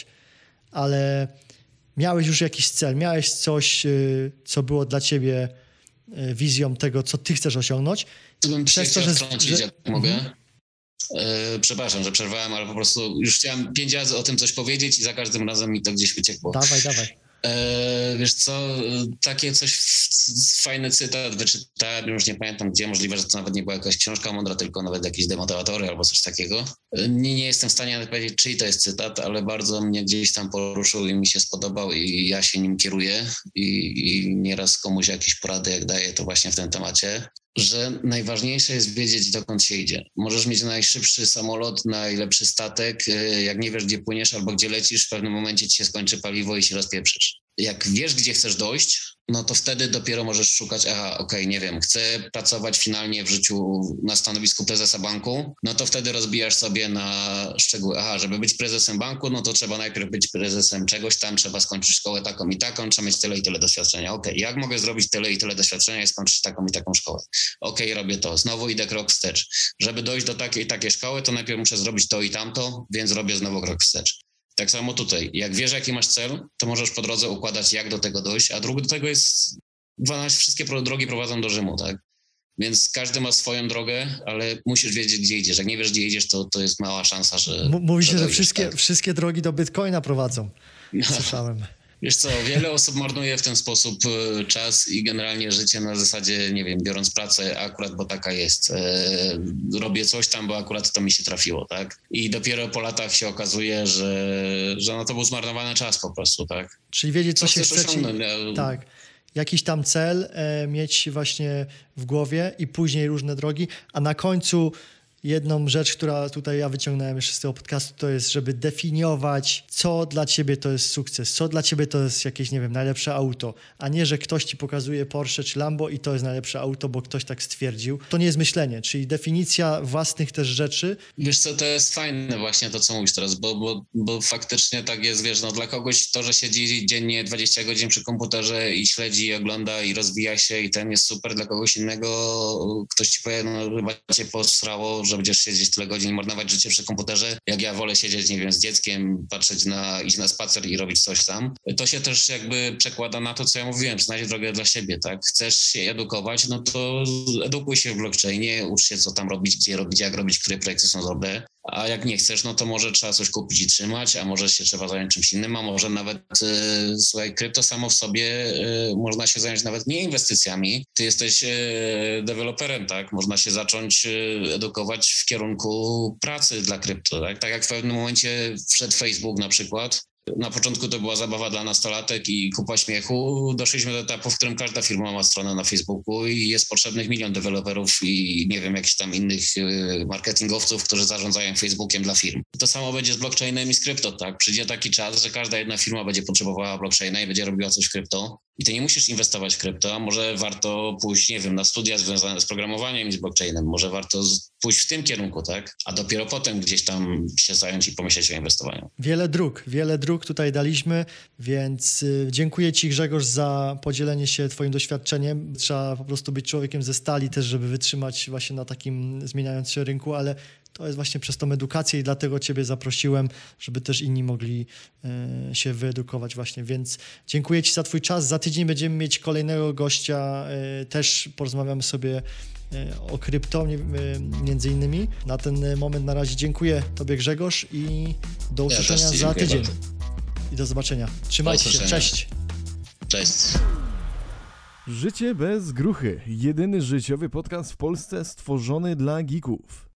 ale miałeś już jakiś cel, miałeś coś, co było dla ciebie wizją tego, co ty chcesz osiągnąć. Tu bym Przez to, że... wtrącić, że... jak mogę. Mhm. Yy, przepraszam, że przerwałem, ale po prostu już chciałem pięć razy o tym coś powiedzieć i za każdym razem mi to gdzieś wyciekło. Dawaj, dawaj. Eee, wiesz co, takie coś, w, fajny cytat wyczytałem, już nie pamiętam gdzie, możliwe, że to nawet nie była jakaś książka mądra, tylko nawet jakieś demotywatory albo coś takiego. Nie, nie jestem w stanie powiedzieć, czyj to jest cytat, ale bardzo mnie gdzieś tam poruszył i mi się spodobał i ja się nim kieruję i, i nieraz komuś jakieś porady jak daję, to właśnie w tym temacie, że najważniejsze jest wiedzieć, dokąd się idzie. Możesz mieć najszybszy samolot, najlepszy statek, jak nie wiesz, gdzie płyniesz albo gdzie lecisz, w pewnym momencie ci się skończy paliwo i się rozpieprzysz. Jak wiesz, gdzie chcesz dojść, no to wtedy dopiero możesz szukać, aha, okej, okay, nie wiem, chcę pracować finalnie w życiu na stanowisku prezesa banku, no to wtedy rozbijasz sobie na szczegóły, aha, żeby być prezesem banku, no to trzeba najpierw być prezesem czegoś tam, trzeba skończyć szkołę taką i taką, trzeba mieć tyle i tyle doświadczenia. Okej, okay, jak mogę zrobić tyle i tyle doświadczenia i skończyć taką i taką szkołę? Okej, okay, robię to, znowu idę krok wstecz. Żeby dojść do takiej i takiej szkoły, to najpierw muszę zrobić to i tamto, więc robię znowu krok wstecz. Tak samo tutaj. Jak wiesz, jaki masz cel, to możesz po drodze układać, jak do tego dojść, a drugi do tego jest, dwanaście, wszystkie drogi prowadzą do Rzymu, tak? Więc każdy ma swoją drogę, ale musisz wiedzieć, gdzie idziesz. Jak nie wiesz, gdzie idziesz, to, to jest mała szansa, że... M- mówi się, że, że wszystkie, tak. wszystkie drogi do Bitcoina prowadzą. Słyszałem. Wiesz co, wiele osób marnuje w ten sposób czas i generalnie życie na zasadzie, nie wiem, biorąc pracę akurat, bo taka jest. E, robię coś tam, bo akurat to mi się trafiło, tak? I dopiero po latach się okazuje, że, że no to był zmarnowany czas po prostu, tak? Czyli wiedzieć, co, co się chce. Ci... Ja... Tak. Jakiś tam cel e, mieć właśnie w głowie i później różne drogi, a na końcu jedną rzecz, która tutaj ja wyciągnąłem jeszcze z tego podcastu, to jest, żeby definiować, co dla ciebie to jest sukces, co dla ciebie to jest jakieś, nie wiem, najlepsze auto, a nie, że ktoś ci pokazuje Porsche czy Lambo i to jest najlepsze auto, bo ktoś tak stwierdził. To nie jest myślenie, czyli definicja własnych też rzeczy. Wiesz co, to jest fajne właśnie to, co mówisz teraz, bo, bo, bo faktycznie tak jest, wiesz, no dla kogoś to, że siedzi dziennie dwadzieścia godzin przy komputerze i śledzi, i ogląda i rozwija się i ten jest super, dla kogoś innego ktoś ci powie, no chyba cię posrało, że będziesz siedzieć tyle godzin i marnować życie przy komputerze, jak ja wolę siedzieć, nie wiem, z dzieckiem, patrzeć na, iść na spacer i robić coś tam. To się też jakby przekłada na to, co ja mówiłem, znajdź drogę dla siebie, tak? Chcesz się edukować, no to edukuj się w blockchainie, ucz się, co tam robić, gdzie robić, jak robić, które projekty są dobre. A jak nie chcesz, no to może trzeba coś kupić i trzymać, a może się trzeba zająć czymś innym, a może nawet, e, słuchaj, krypto samo w sobie e, można się zająć nawet nie inwestycjami. Ty jesteś e, deweloperem, tak? Można się zacząć e, edukować w kierunku pracy dla krypto, tak? Tak jak w pewnym momencie wszedł Facebook na przykład. Na początku to była zabawa dla nastolatek i kupa śmiechu. Doszliśmy do etapu, w którym każda firma ma stronę na Facebooku i jest potrzebnych milion deweloperów i nie wiem, jakichś tam innych marketingowców, którzy zarządzają Facebookiem dla firm. To samo będzie z blockchainem i z krypto, tak? Przyjdzie taki czas, że każda jedna firma będzie potrzebowała blockchaina i będzie robiła coś w krypto. I ty nie musisz inwestować w krypto, a może warto pójść, nie wiem, na studia związane z programowaniem i z blockchainem. Może warto pójść w tym kierunku, tak? A dopiero potem gdzieś tam się zająć i pomyśleć o inwestowaniu. Wiele dróg, wiele dróg tutaj daliśmy, więc dziękuję ci, Grzegorz, za podzielenie się twoim doświadczeniem. Trzeba po prostu być człowiekiem ze stali też, żeby wytrzymać właśnie na takim zmieniającym się rynku, ale to jest właśnie przez tą edukację i dlatego ciebie zaprosiłem, żeby też inni mogli y, się wyedukować właśnie, więc dziękuję ci za twój czas. Za tydzień będziemy mieć kolejnego gościa, y, też porozmawiamy sobie y, o krypto y, między innymi. Na ten moment na razie dziękuję tobie, Grzegorz, i do usłyszenia ja za tydzień. Bardzo. I do zobaczenia. Trzymajcie się, cześć. Cześć. Życie bez gruchy. Jedyny życiowy podcast w Polsce stworzony dla geeków.